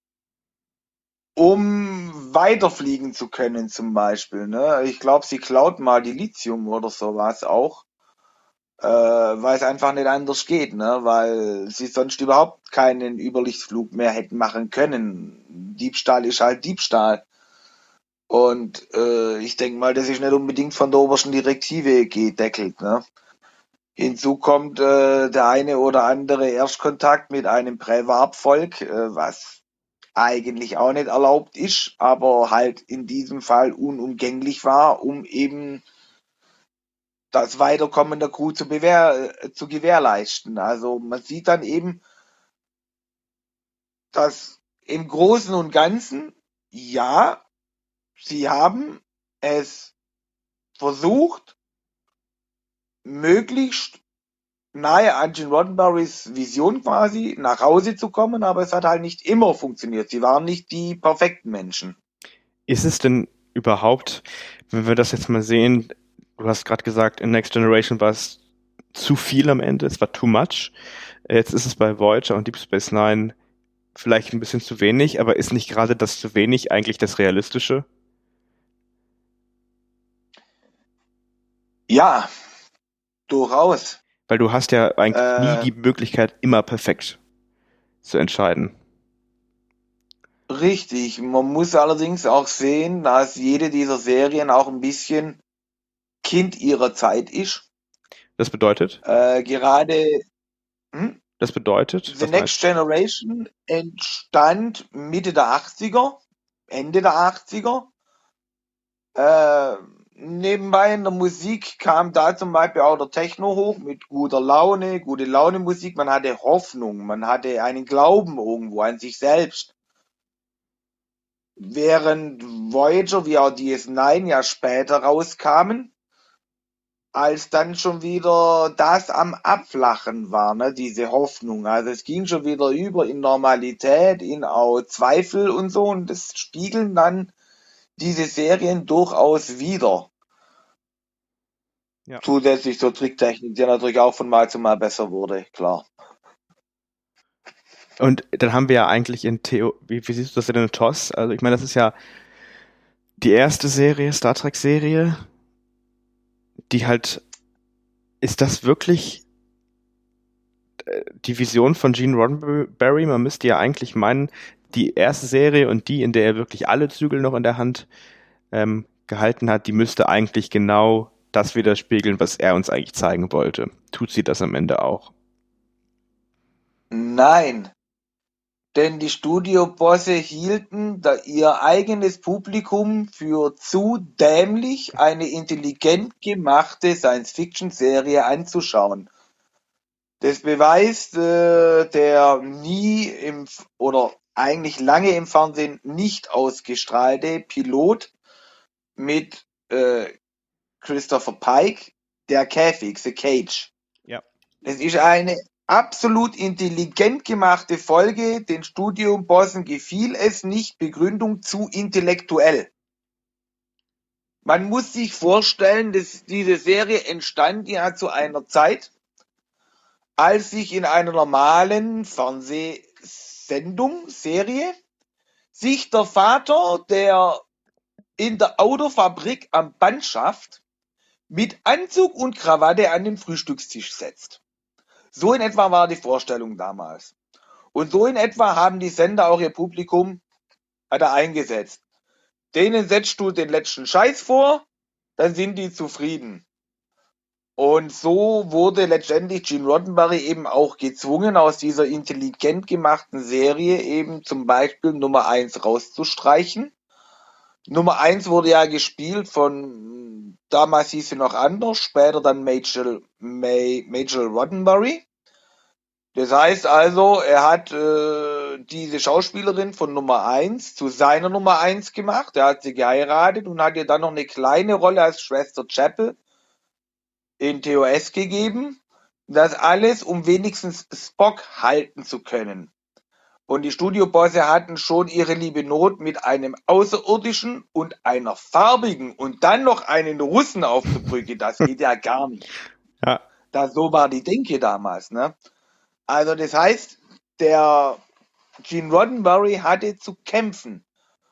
um weiterfliegen zu können zum Beispiel. Ne? Ich glaube, sie klaut mal die Lithium oder sowas auch, weil es einfach nicht anders geht, ne? Weil sie sonst überhaupt keinen Überlichtsflug mehr hätten machen können. Diebstahl ist halt Diebstahl. Und ich denke mal, das ist nicht unbedingt von der obersten Direktive gedeckelt. Ne? Hinzu kommt der eine oder andere Erstkontakt mit einem Prävarp-Volk, was eigentlich auch nicht erlaubt ist, aber halt in diesem Fall unumgänglich war, um eben das Weiterkommen der Crew zu gewährleisten. Also man sieht dann eben, dass im Großen und Ganzen ja, sie haben es versucht, möglichst nahe an Gene Roddenberrys Vision quasi nach Hause zu kommen, aber es hat halt nicht immer funktioniert. Sie waren nicht die perfekten Menschen. Ist es denn überhaupt, wenn wir das jetzt mal sehen, du hast gerade gesagt, in Next Generation war es zu viel am Ende, es war too much. Jetzt ist es bei Voyager und Deep Space Nine vielleicht ein bisschen zu wenig, aber ist nicht gerade das zu wenig eigentlich das Realistische? Ja, durchaus. Weil du hast ja eigentlich nie Äh, die Möglichkeit, immer perfekt zu entscheiden. Richtig. Man muss allerdings auch sehen, dass jede dieser Serien auch ein bisschen Kind ihrer Zeit ist. Das bedeutet? Gerade hm? Das bedeutet, The was meinst Next Generation entstand Mitte der 80er, Ende der 80er. Äh, Nebenbei in der Musik kam da zum Beispiel auch der Techno hoch mit guter Laune, gute Laune Musik. Man hatte Hoffnung, man hatte einen Glauben irgendwo an sich selbst. Während Voyager wie auch DS9 ja später rauskamen, als dann schon wieder das am Abflachen war, ne, diese Hoffnung. Also es ging schon wieder über in Normalität, in auch Zweifel und so, und das spiegeln dann diese Serien durchaus wider. du? Ja. Zusätzlich zur Tricktechnik, die natürlich auch von Mal zu Mal besser wurde, klar. Und dann haben wir ja eigentlich in Theo, wie siehst du das denn in TOS? Also ich meine, das ist ja die erste Serie, Star Trek Serie, die halt, ist das wirklich die Vision von Gene Roddenberry? Man müsste ja eigentlich meinen, die erste Serie und die, in der er wirklich alle Zügel noch in der Hand gehalten hat, die müsste eigentlich genau das widerspiegeln, was er uns eigentlich zeigen wollte. Tut sie das am Ende auch? Nein, denn die Studiobosse hielten da ihr eigenes Publikum für zu dämlich, eine intelligent gemachte Science-Fiction-Serie anzuschauen. Das beweist der nie im oder eigentlich lange im Fernsehen nicht ausgestrahlte Pilot mit Christopher Pike, der Käfig, The Cage. Ja. Es ist eine absolut intelligent gemachte Folge. Den Studiobossen gefiel es nicht, Begründung zu intellektuell. Man muss sich vorstellen, dass diese Serie entstand ja zu einer Zeit, als sich in einer normalen Fernsehsendung, Serie, sich der Vater, der in der Autofabrik am Band schafft, mit Anzug und Krawatte an den Frühstückstisch setzt. So in etwa war die Vorstellung damals. Und so in etwa haben die Sender auch ihr Publikum eingesetzt. Denen setzt du den letzten Scheiß vor, dann sind die zufrieden. Und so wurde letztendlich Gene Roddenberry eben auch gezwungen, aus dieser intelligent gemachten Serie eben zum Beispiel Nummer 1 rauszustreichen. Nummer 1 wurde ja gespielt von, damals hieß sie noch anders, später dann Majel Roddenberry. Das heißt also, er hat diese Schauspielerin von Nummer 1 zu seiner Nummer 1 gemacht. Er hat sie geheiratet und hat ihr dann noch eine kleine Rolle als Schwester Chapel in TOS gegeben. Das alles, um wenigstens Spock halten zu können. Und die Studiobosse hatten schon ihre liebe Not mit einem Außerirdischen und einer farbigen und dann noch einen Russen auf der Brücke. Das geht ja gar nicht. Ja. So war die Denke damals, ne? Also das heißt, der Gene Roddenberry hatte zu kämpfen.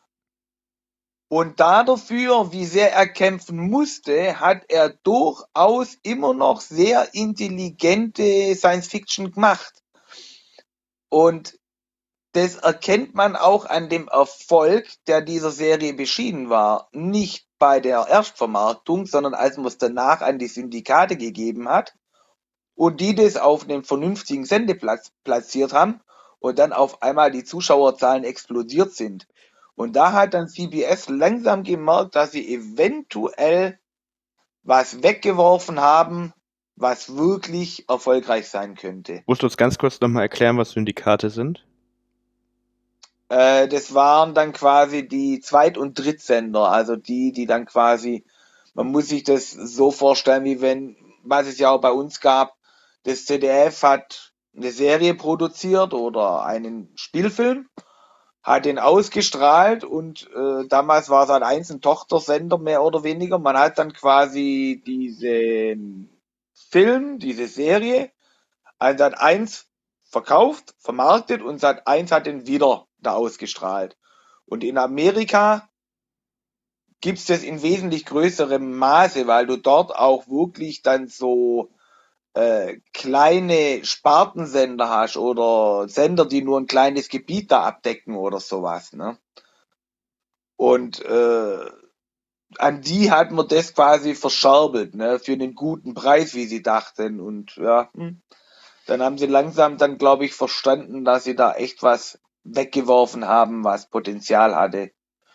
Und dafür, wie sehr er kämpfen musste, hat er durchaus immer noch sehr intelligente Science-Fiction gemacht. Und das erkennt man auch an dem Erfolg, der dieser Serie beschieden war. Nicht bei der Erstvermarktung, sondern als man es danach an die Syndikate gegeben hat und die das auf einem vernünftigen Sendeplatz platziert haben und dann auf einmal die Zuschauerzahlen explodiert sind. Und da hat dann CBS langsam gemerkt, dass sie eventuell was weggeworfen haben, was wirklich erfolgreich sein könnte. Musst du uns ganz kurz nochmal erklären, was Syndikate sind? Das waren dann quasi die Zweit- und Drittsender, also die dann quasi, man muss sich das so vorstellen, wie wenn, was es ja auch bei uns gab, das ZDF hat eine Serie produziert oder einen Spielfilm, hat den ausgestrahlt und damals war es halt ein Tochtersender mehr oder weniger. Man hat dann quasi diesen Film, diese Serie an Sat.1 verkauft, vermarktet und Sat.1 hat den wieder da ausgestrahlt. Und in Amerika gibt's das in wesentlich größerem Maße, weil du dort auch wirklich dann so kleine Spartensender hast oder Sender, die nur ein kleines Gebiet da abdecken oder sowas. Ne? Und an die hat man das quasi verscherbelt, ne, für einen guten Preis, wie sie dachten. Und ja, dann haben sie langsam dann, glaube ich, verstanden, dass sie da echt was weggeworfen haben, was Potenzial hatte.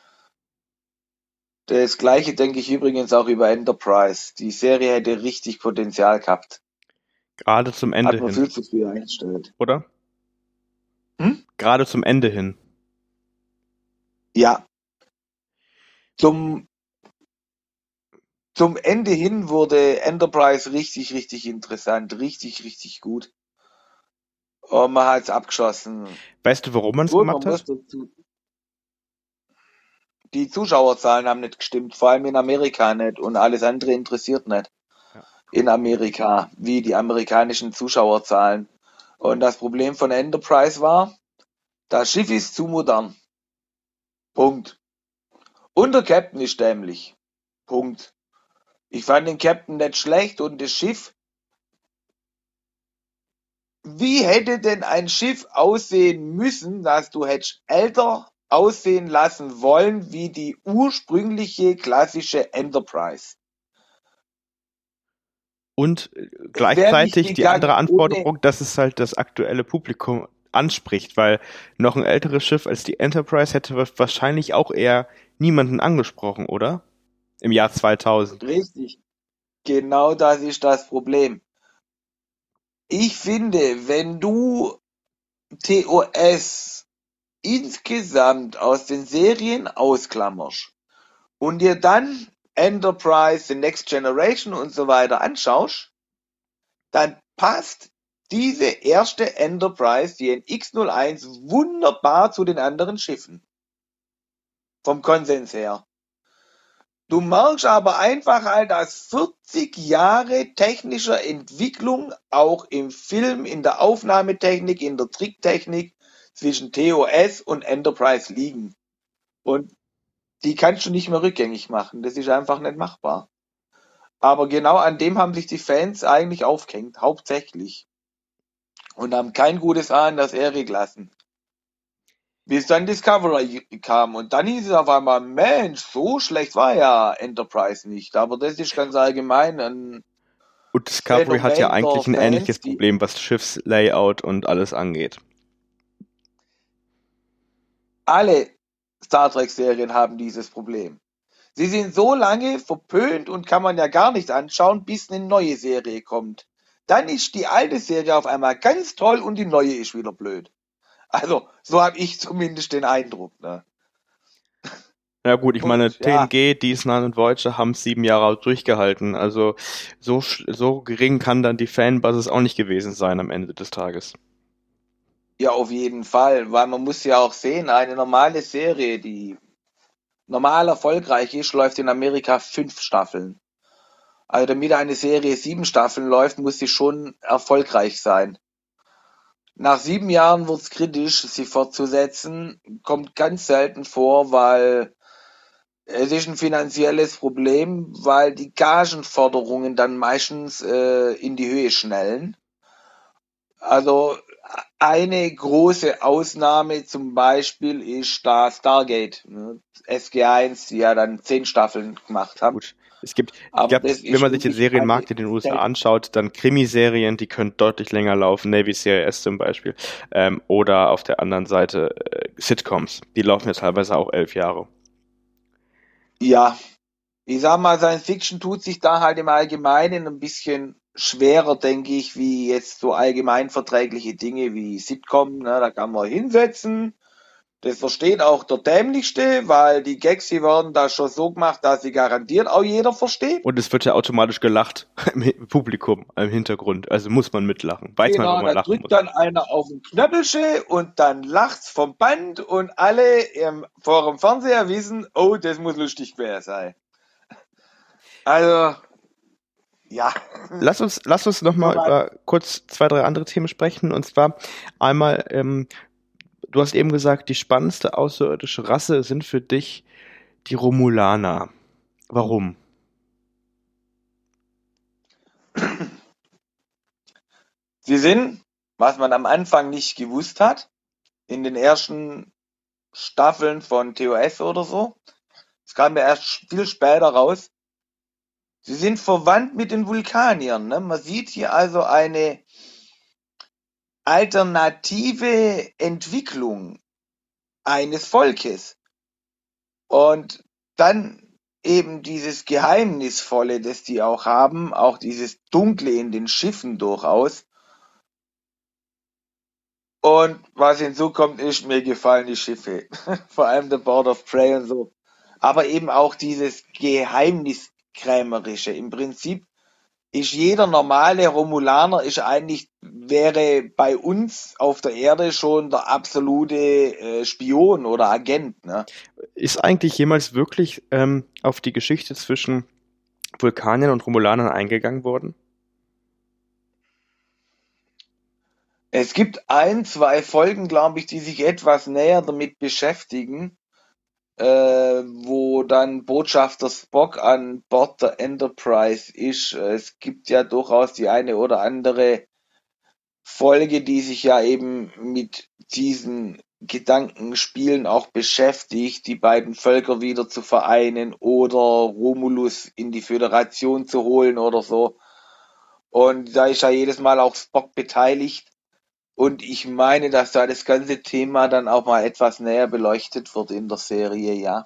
Das gleiche denke ich übrigens auch über Enterprise. Die Serie hätte richtig Potenzial gehabt. Gerade zum Ende Hat man hin, viel zu früh eingestellt. oder? Hm? Gerade zum Ende hin. Ja, zum, zum Ende hin wurde Enterprise richtig, richtig interessant. Richtig, richtig gut. Und man hat es abgeschossen. Weißt du, warum man es Gut, man gemacht muss hat? dazu. Die Zuschauerzahlen haben nicht gestimmt, vor allem in Amerika nicht und alles andere interessiert nicht Ja. in Amerika, wie die amerikanischen Zuschauerzahlen. Und das Problem von Enterprise war, das Schiff ist zu modern. Punkt. Und der Captain ist dämlich. Punkt. Ich fand den Captain nicht schlecht und das Schiff. Wie hätte denn ein Schiff aussehen müssen, dass du hättest älter aussehen lassen wollen wie die ursprüngliche klassische Enterprise? Und Es wäre nicht gleichzeitig die andere gegangen ohne. Anforderung, dass es halt das aktuelle Publikum anspricht, weil noch ein älteres Schiff als die Enterprise hätte wahrscheinlich auch eher niemanden angesprochen, oder? Im Jahr 2000. Richtig. Genau das ist das Problem. Ich finde, wenn du TOS insgesamt aus den Serien ausklammerst und dir dann Enterprise, The Next Generation und so weiter anschaust, dann passt diese erste Enterprise, die NX-01, wunderbar zu den anderen Schiffen. Vom Konsens her. Du merkst aber einfach halt, dass 40 Jahre technischer Entwicklung auch im Film, in der Aufnahmetechnik, in der Tricktechnik zwischen TOS und Enterprise liegen. Und die kannst du nicht mehr rückgängig machen. Das ist einfach nicht machbar. Aber genau an dem haben sich die Fans eigentlich aufgehängt, hauptsächlich. Und haben kein gutes Haar in der Serie gelassen. Bis dann Discovery kam und dann hieß es auf einmal, Mensch, so schlecht war ja Enterprise nicht. Aber das ist ganz allgemein ein Und Discovery hat ja Phänomen der eigentlich ein ähnliches Fans, die Problem, was Schiffslayout und alles angeht. alle Star Trek Serien haben dieses Problem. Sie sind so lange verpönt und kann man ja gar nicht anschauen, bis eine neue Serie kommt. Dann ist die alte Serie auf einmal ganz toll und die neue ist wieder blöd. Also, so habe ich zumindest den Eindruck. Ne? Ja gut, ich meine, Und ja, TNG, DS9 und Voyager haben es 7 Jahre durchgehalten. Also so gering kann dann die Fanbasis auch nicht gewesen sein am Ende des Tages. ja, auf jeden Fall, weil man muss ja auch sehen, eine normale Serie, die normal erfolgreich ist, läuft in Amerika 5 Staffeln. Also damit eine Serie 7 Staffeln läuft, muss sie schon erfolgreich sein. Nach 7 Jahren wird's kritisch, sie fortzusetzen. Kommt ganz selten vor, weil es ist ein finanzielles Problem, weil die Gagenforderungen dann meistens in die Höhe schnellen. Also eine große Ausnahme zum Beispiel ist da Stargate, ne? SG1, die ja dann 10 Staffeln gemacht haben. Gut, ich Aber glaube, das wenn ist man sich den wirklich Serienmarkt eine in den USA selten. anschaut, dann Krimiserien, die können deutlich länger laufen, Navy CIS zum Beispiel, oder auf der anderen Seite Sitcoms, die laufen ja teilweise auch 11 Jahre. Ja, ich sag mal, Science Fiction tut sich da halt im Allgemeinen ein bisschen schwerer, denke ich, wie jetzt so allgemeinverträgliche Dinge wie Sitcom. Ne? Da kann man hinsetzen, Das versteht auch der Dämlichste, weil die Gags, die werden da schon so gemacht, dass sie garantiert auch jeder versteht. Und es wird ja automatisch gelacht im Publikum, im Hintergrund. Also muss man mitlachen. Weiß man, wo Genau, man da lachen drückt muss. dann einer auf den Knöppelchen und dann lacht's vom Band und alle vor dem Fernseher wissen, oh, das muss lustig gewesen sein. Also, ja. Lass uns nochmal über kurz 2, 3 andere Themen sprechen. Und zwar einmal, du hast eben gesagt, die spannendste außerirdische Rasse sind für dich die Romulaner. Warum? Sie sind, was man am Anfang nicht gewusst hat, in den ersten Staffeln von TOS oder so, es kam ja erst viel später raus, sie sind verwandt mit den Vulkaniern. Ne? Man sieht hier also eine alternative Entwicklung eines Volkes. Und dann eben dieses Geheimnisvolle, das die auch haben, auch dieses Dunkle in den Schiffen durchaus. Und was hinzukommt ist, mir gefallen die Schiffe. Vor allem der Board of Prey und so. Aber eben auch dieses Geheimniskrämerische. Im Prinzip ist jeder normale Romulaner wäre bei uns auf der Erde schon der absolute Spion oder Agent, ne? Ist eigentlich jemals wirklich auf die Geschichte zwischen Vulkaniern und Romulanern eingegangen worden? Es gibt 2 Folgen, glaube ich, die sich etwas näher damit beschäftigen, wo dann Botschafter Spock an Bord der Enterprise ist. Es gibt ja durchaus die eine oder andere Folge, die sich ja eben mit diesen Gedankenspielen auch beschäftigt, die beiden Völker wieder zu vereinen oder Romulus in die Föderation zu holen oder so. Und da ist ja jedes Mal auch Spock beteiligt. Und ich meine, dass da das ganze Thema dann auch mal etwas näher beleuchtet wird in der Serie, ja.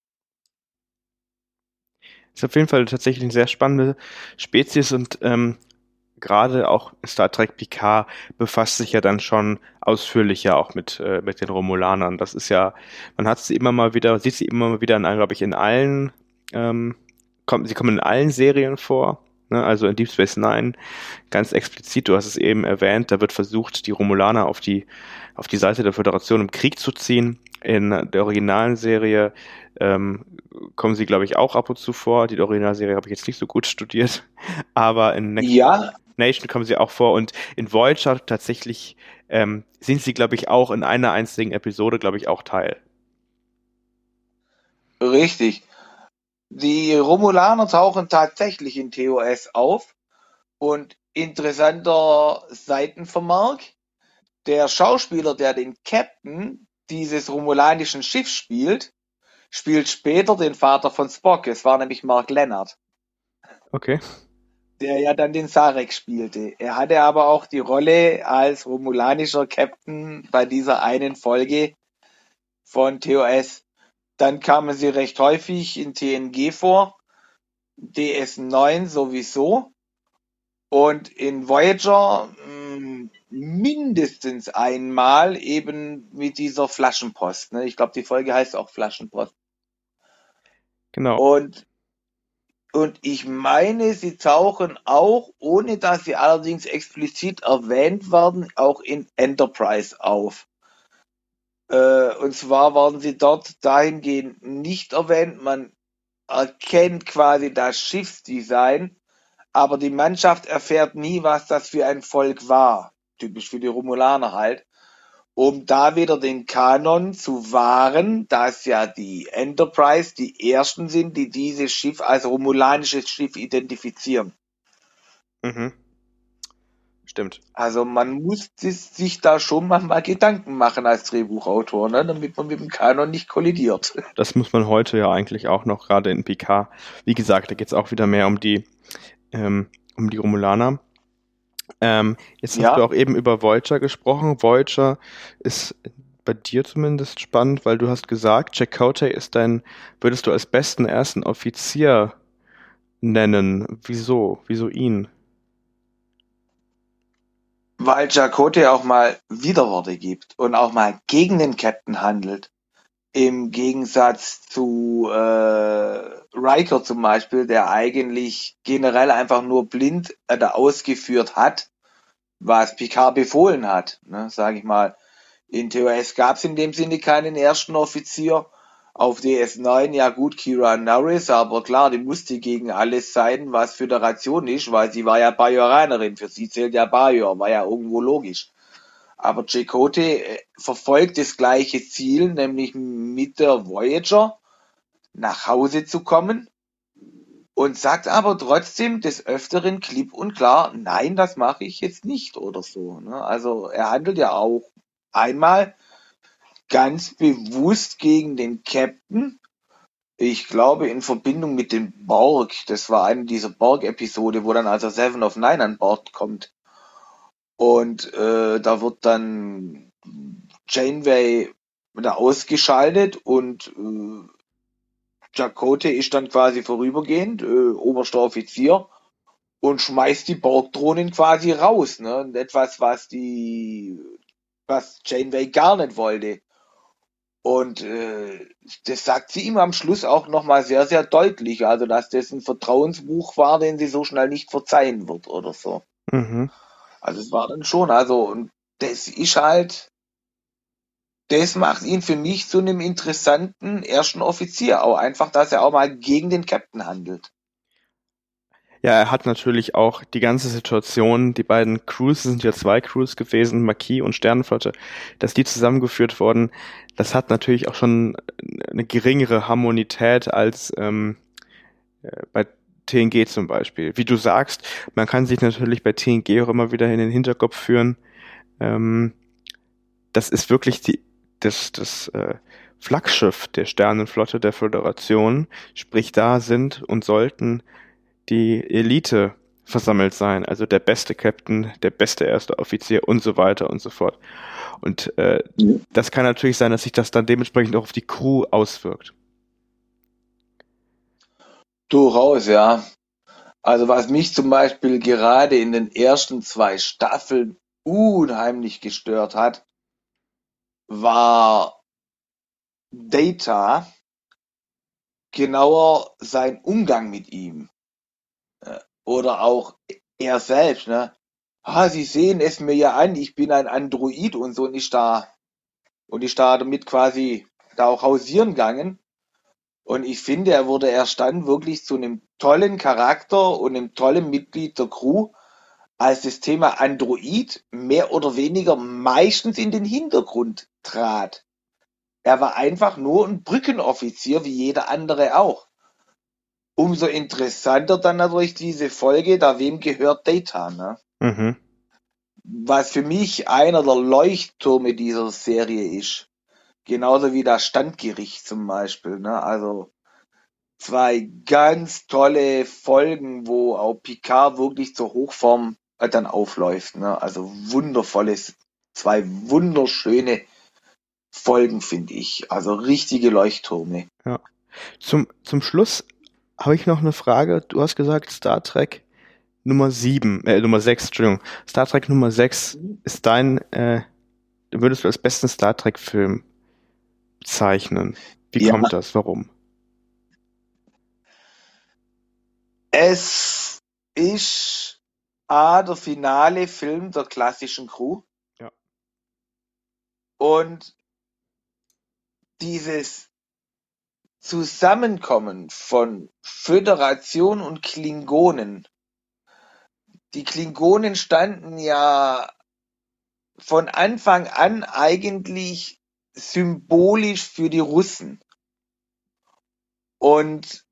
Ist auf jeden Fall tatsächlich eine sehr spannende Spezies und gerade auch Star Trek Picard befasst sich ja dann schon ausführlicher auch mit den Romulanern. Das ist ja, man hat sie immer mal wieder, sieht sie immer mal wieder, glaube ich, in allen, sie kommen in allen Serien vor. Ne? Also in Deep Space Nine ganz explizit, du hast es eben erwähnt, da wird versucht, die Romulaner auf die Seite der Föderation im Krieg zu ziehen. In der originalen Serie kommen sie, glaube ich, auch ab und zu vor. Die Originalserie habe ich jetzt nicht so gut studiert, aber in Next Ja, Nation kommen sie auch vor und in Voyager tatsächlich sind sie, glaube ich, auch in einer einzigen Episode, glaube ich, auch Teil. richtig. Die Romulaner tauchen tatsächlich in TOS auf und interessanter Seitenvermerk, der Schauspieler, der den Captain dieses romulanischen Schiffs spielt, spielt später den Vater von Spock. Es war nämlich Mark Lenard, Okay. der ja dann den Sarek spielte. Er hatte aber auch die Rolle als romulanischer Captain bei dieser einen Folge von TOS. Dann kamen sie recht häufig in TNG vor, DS9 sowieso und in Voyager mindestens einmal eben mit dieser Flaschenpost. Ne? Ich glaube, die Folge heißt auch Flaschenpost. Genau. Und ich meine, sie tauchen auch, ohne dass sie allerdings explizit erwähnt werden, auch in Enterprise auf. Und zwar werden sie dort dahingehend nicht erwähnt. Man erkennt quasi das Schiffsdesign, aber die Mannschaft erfährt nie, was das für ein Volk war. Typisch für die Romulaner halt. Um da wieder den Kanon zu wahren, dass ja die Enterprise die ersten sind, die dieses Schiff als romulanisches Schiff identifizieren. Mhm. Stimmt. Also man muss sich da schon mal Gedanken machen als Drehbuchautor, ne, damit man mit dem Kanon nicht kollidiert. Das muss man heute ja eigentlich auch noch, gerade in Picard. Wie gesagt, da geht es auch wieder mehr um die Romulaner. Jetzt hast du Ja, auch eben über Voyager gesprochen. Voyager ist bei dir zumindest spannend, weil du hast gesagt, Chakotay ist würdest du als besten ersten Offizier nennen. Wieso? Wieso ihn? weil Chakotay auch mal Widerworte gibt und auch mal gegen den Captain handelt. Im Gegensatz zu Riker zum Beispiel, der eigentlich generell einfach nur blind da ausgeführt hat, was Picard befohlen hat. Ne, sage ich mal. In TOS gab es in dem Sinne keinen ersten Offizier. Auf DS9, ja gut, Kira Norris, aber klar, die musste gegen alles sein, was Föderation ist, weil sie war ja Bajoranerin. Für sie zählt ja Bajor, war ja irgendwo logisch. Aber Chakotay verfolgt das gleiche Ziel, nämlich mit der Voyager nach Hause zu kommen und sagt aber trotzdem des Öfteren klipp und klar, nein, das mache ich jetzt nicht oder so. Ne? Also er handelt ja auch einmal ganz bewusst gegen den Captain. Ich glaube in Verbindung mit dem Borg. Das war eine dieser Borg-Episode, wo dann also Seven of Nine an Bord kommt. Und da wird dann Janeway wieder ausgeschaltet und Chakotay ist dann quasi vorübergehend oberster Offizier und schmeißt die Borg-Drohnen quasi raus. Ne? Etwas, was Janeway gar nicht wollte. Und das sagt sie ihm am Schluss auch nochmal sehr, sehr deutlich. Also, dass das ein Vertrauensbruch war, den sie so schnell nicht verzeihen wird oder so. Mhm. Also, es war dann schon, also, und das ist halt, das macht ihn für mich zu einem interessanten ersten Offizier. Auch einfach, dass er auch mal gegen den Captain handelt. Ja, er hat natürlich auch die ganze Situation, die beiden Crews, es sind ja zwei Crews gewesen, Marquis und Sternenflotte, dass die zusammengeführt wurden, das hat natürlich auch schon eine geringere Harmonität als bei TNG zum Beispiel. Wie du sagst, man kann sich natürlich bei TNG auch immer wieder in den Hinterkopf führen, ähm, das ist wirklich das Flaggschiff der Sternenflotte der Föderation, sprich da sind und sollten die Elite versammelt sein, also der beste Captain, der beste erste Offizier und so weiter und so fort. Und das kann natürlich sein, dass sich das dann dementsprechend auch auf die Crew auswirkt. Durchaus, ja. Also, was mich zum Beispiel gerade in den ersten 2 Staffeln unheimlich gestört hat, war Data, genauer sein Umgang mit ihm. Oder auch er selbst, ne? Sie sehen es mir ja an, ich bin ein Android und so und ich da damit quasi da auch hausieren gegangen. Und ich finde, er wurde erst dann wirklich zu einem tollen Charakter und einem tollen Mitglied der Crew, als das Thema Android mehr oder weniger meistens in den Hintergrund trat. Er war einfach nur ein Brückenoffizier, wie jeder andere auch. Umso interessanter dann natürlich diese Folge, da wem gehört Data, ne? Mhm. Was für mich einer der Leuchttürme dieser Serie ist. Genauso wie das Standgericht zum Beispiel, ne? Also 2 ganz tolle Folgen, wo auch Picard wirklich zur Hochform dann aufläuft, ne? Also wundervolles, 2 wunderschöne Folgen, finde ich. Also richtige Leuchttürme. Ja. Zum Schluss habe ich noch eine Frage. Du hast gesagt, Star Trek Nummer 6, Entschuldigung. Star Trek Nummer 6 ist würdest du als besten Star Trek Film bezeichnen. Wie Ja, kommt das? Warum? es ist der finale Film der klassischen Crew Ja. und dieses Zusammenkommen von Föderation und Klingonen. Die Klingonen standen ja von Anfang an eigentlich symbolisch für die Russen. Und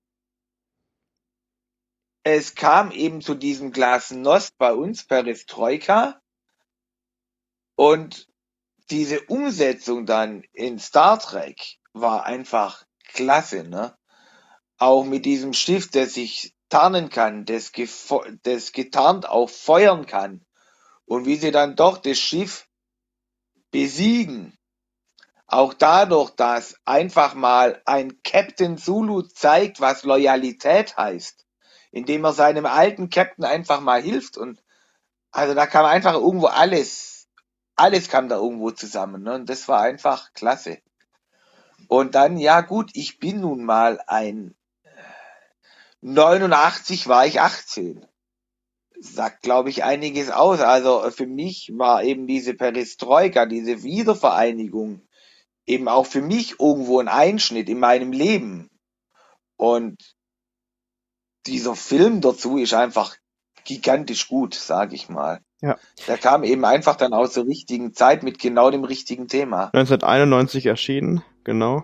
es kam eben zu diesem Glasnost bei uns, Perestroika. Und diese Umsetzung dann in Star Trek war einfach klasse, ne? Auch mit diesem Schiff, das sich tarnen kann, das getarnt auch feuern kann. Und wie sie dann doch das Schiff besiegen. Auch dadurch, dass einfach mal ein Captain Zulu zeigt, was Loyalität heißt, indem er seinem alten Captain einfach mal hilft und Also da kam einfach irgendwo alles kam da irgendwo zusammen, ne? Und das war einfach klasse. Und dann, ja gut, ich bin nun mal ein 89 war ich 18. Sagt, glaube ich, einiges aus. Also für mich war eben diese Perestroika, diese Wiedervereinigung eben auch für mich irgendwo ein Einschnitt in meinem Leben. Und dieser Film dazu ist einfach gigantisch gut, sage ich mal. Ja. Der kam eben einfach dann aus der richtigen Zeit mit genau dem richtigen Thema. 1991 erschienen, genau.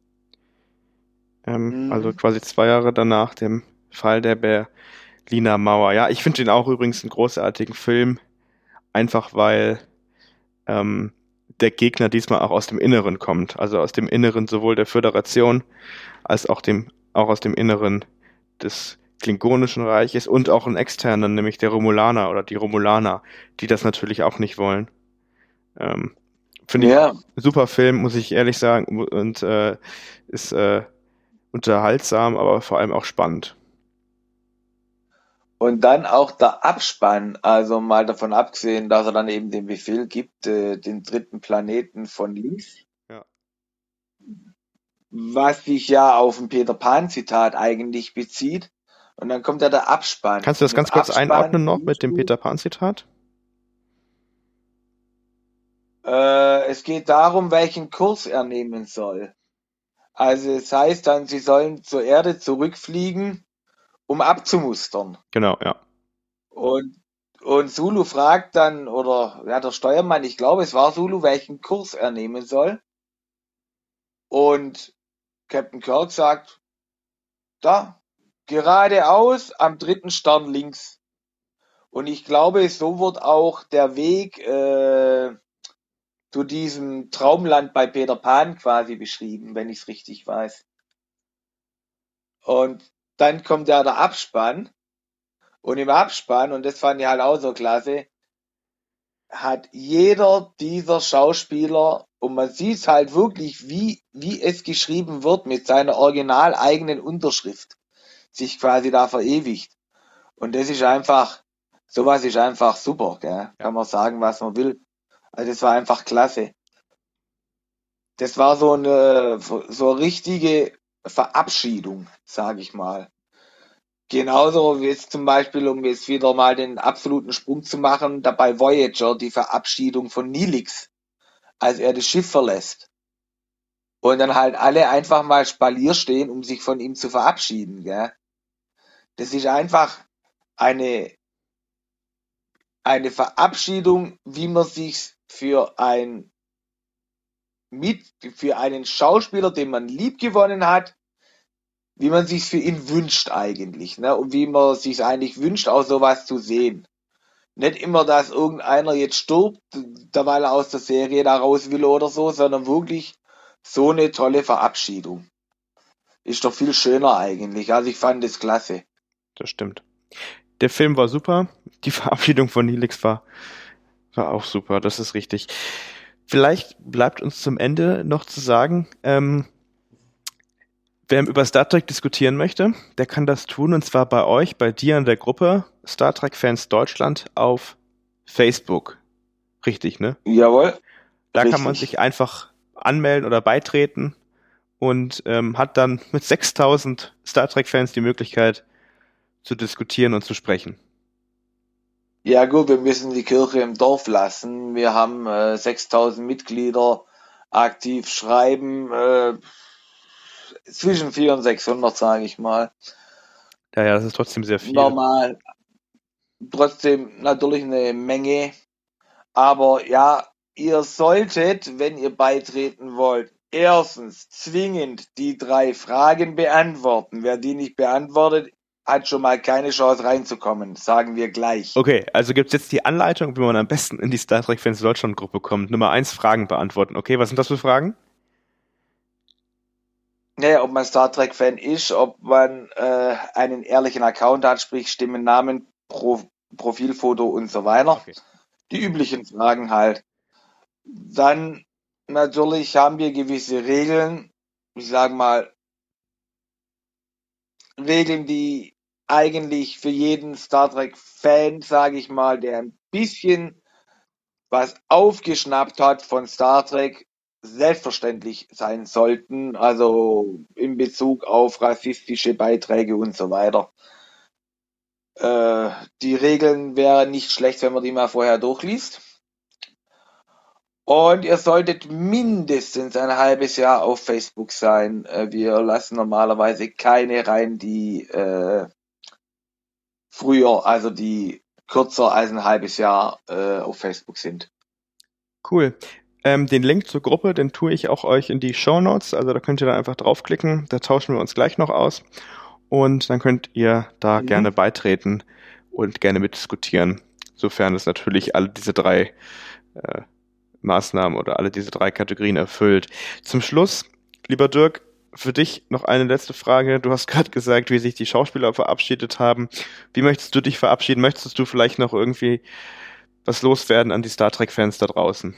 Also Mhm. quasi 2 Jahre danach dem Fall der Berliner Mauer. Ja, ich finde den auch übrigens einen großartigen Film, einfach weil ähm, der Gegner diesmal auch aus dem Inneren kommt. Also aus dem Inneren sowohl der Föderation als auch aus dem Inneren des Klingonischen Reiches und auch einen externen, nämlich der Romulaner oder die Romulaner, die das natürlich auch nicht wollen. Ähm, Finde ich Ja, super Film, muss ich ehrlich sagen, und ist unterhaltsam, aber vor allem auch spannend. und dann auch der Abspann, also mal davon abgesehen, dass er dann eben den Befehl gibt, den dritten Planeten von links, Ja. was sich ja auf ein Peter Pan-Zitat eigentlich bezieht. Und dann kommt ja der Abspann. Kannst du das Und im ganz kurz Abspann einordnen noch mit siehst dem du, Peter Pan-Zitat? es geht darum, welchen Kurs er nehmen soll. Also es heißt dann, sie sollen zur Erde zurückfliegen, um abzumustern. Genau, ja. Und, und Zulu fragt dann, oder ja, der Steuermann, ich glaube, es war Zulu, welchen Kurs er nehmen soll. Und Captain Kirk sagt, da, geradeaus am dritten Stern links. Und ich glaube, so wird auch der Weg zu diesem Traumland bei Peter Pan quasi beschrieben, wenn ich es richtig weiß. Und dann kommt ja der Abspann. Und im Abspann, und das fand ich halt auch so klasse, hat jeder dieser Schauspieler, und man sieht halt wirklich, wie es geschrieben wird, mit seiner original eigenen Unterschrift, sich quasi da verewigt. Und das ist einfach, sowas ist einfach super, gell? Ja. Kann man sagen, was man will. Also das war einfach klasse. Das war so eine richtige Verabschiedung, sage ich mal. Genauso wie jetzt zum Beispiel, um jetzt wieder mal den absoluten Sprung zu machen, dabei Voyager, die Verabschiedung von Neelix, als er das Schiff verlässt. Und dann halt alle einfach mal Spalier stehen, um sich von ihm zu verabschieden, gell? Das ist einfach eine, eine Verabschiedung, wie man sich für einen Schauspieler, den man lieb gewonnen hat, wie man sich für ihn wünscht eigentlich, ne? Und wie man sich eigentlich wünscht, auch sowas zu sehen. Nicht immer, dass irgendeiner jetzt stirbt, weil er aus der Serie da raus will oder so, sondern wirklich so eine tolle Verabschiedung. Ist doch viel schöner eigentlich. Also ich fand es klasse. Das stimmt. Der Film war super. Die Verabschiedung von Neelix war auch super. Das ist richtig. Vielleicht bleibt uns zum Ende noch zu sagen, wer über Star Trek diskutieren möchte, der kann das tun, und zwar bei euch, bei dir in der Gruppe Star Trek Fans Deutschland auf Facebook. Richtig, ne? Jawohl, Da kann man richtig. sich einfach anmelden oder beitreten und hat dann mit 6000 Star Trek Fans die Möglichkeit zu diskutieren und zu sprechen. Ja gut, wir müssen die Kirche im Dorf lassen. Wir haben 6000 Mitglieder, aktiv schreiben, zwischen 400 und 600, sage ich mal. Ja, ja, das ist trotzdem sehr viel. Normal, trotzdem natürlich eine Menge. Aber ja, ihr solltet, wenn ihr beitreten wollt, erstens zwingend die 3 Fragen beantworten. Wer die nicht beantwortet, hat schon mal keine Chance reinzukommen, sagen wir gleich. Okay, also gibt's jetzt die Anleitung, wie man am besten in die Star Trek Fans Deutschland Gruppe kommt. Nummer eins: Fragen beantworten. Okay, was sind das für Fragen? Naja, ob man Star Trek-Fan ist, ob man einen ehrlichen Account hat, sprich Stimmen, Namen, Profilfoto und so weiter. Okay. Die üblichen Fragen halt. Dann natürlich haben wir gewisse Regeln. Ich sage mal, Regeln, die eigentlich für jeden Star Trek-Fan, sage ich mal, der ein bisschen was aufgeschnappt hat von Star Trek, selbstverständlich sein sollten, also in Bezug auf rassistische Beiträge und so weiter. Die Regeln wären nicht schlecht, wenn man die mal vorher durchliest. Und ihr solltet mindestens ein halbes Jahr auf Facebook sein. Wir lassen normalerweise keine rein, die früher, also die kürzer als ein halbes Jahr auf Facebook sind. Cool. Den Link zur Gruppe, den tue ich auch euch in die Shownotes, also da könnt ihr dann einfach draufklicken, da tauschen wir uns gleich noch aus und dann könnt ihr da gerne beitreten und gerne mitdiskutieren, sofern es natürlich alle diese drei Maßnahmen oder alle diese drei Kategorien erfüllt. Zum Schluss, lieber Dirk, für dich noch eine letzte Frage. Du hast gerade gesagt, wie sich die Schauspieler verabschiedet haben. Wie möchtest du dich verabschieden? Möchtest du vielleicht noch irgendwie was loswerden an die Star Trek-Fans da draußen?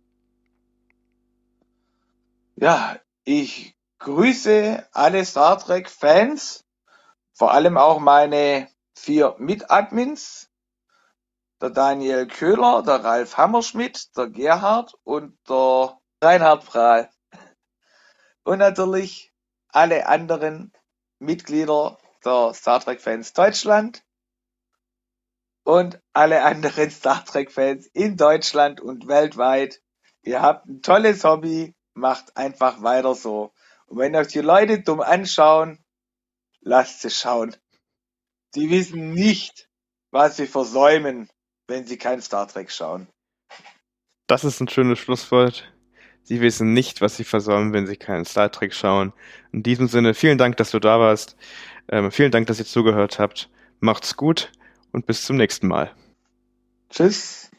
Ja, ich grüße alle Star Trek-Fans, vor allem auch meine 4 Mit-Admins, der Daniel Köhler, der Ralf Hammerschmidt, der Gerhard und der Reinhard Prahl. Und natürlich alle anderen Mitglieder der Star Trek-Fans Deutschland und alle anderen Star Trek-Fans in Deutschland und weltweit. Ihr habt ein tolles Hobby, macht einfach weiter so. Und wenn euch die Leute dumm anschauen, lasst sie schauen. Die wissen nicht, was sie versäumen, wenn sie kein Star Trek schauen. Das ist ein schönes Schlusswort. Sie wissen nicht, was sie versäumen, wenn sie keinen Star Trek schauen. In diesem Sinne, vielen Dank, dass du da warst. Vielen Dank, dass ihr zugehört habt. Macht's gut und bis zum nächsten Mal. Tschüss.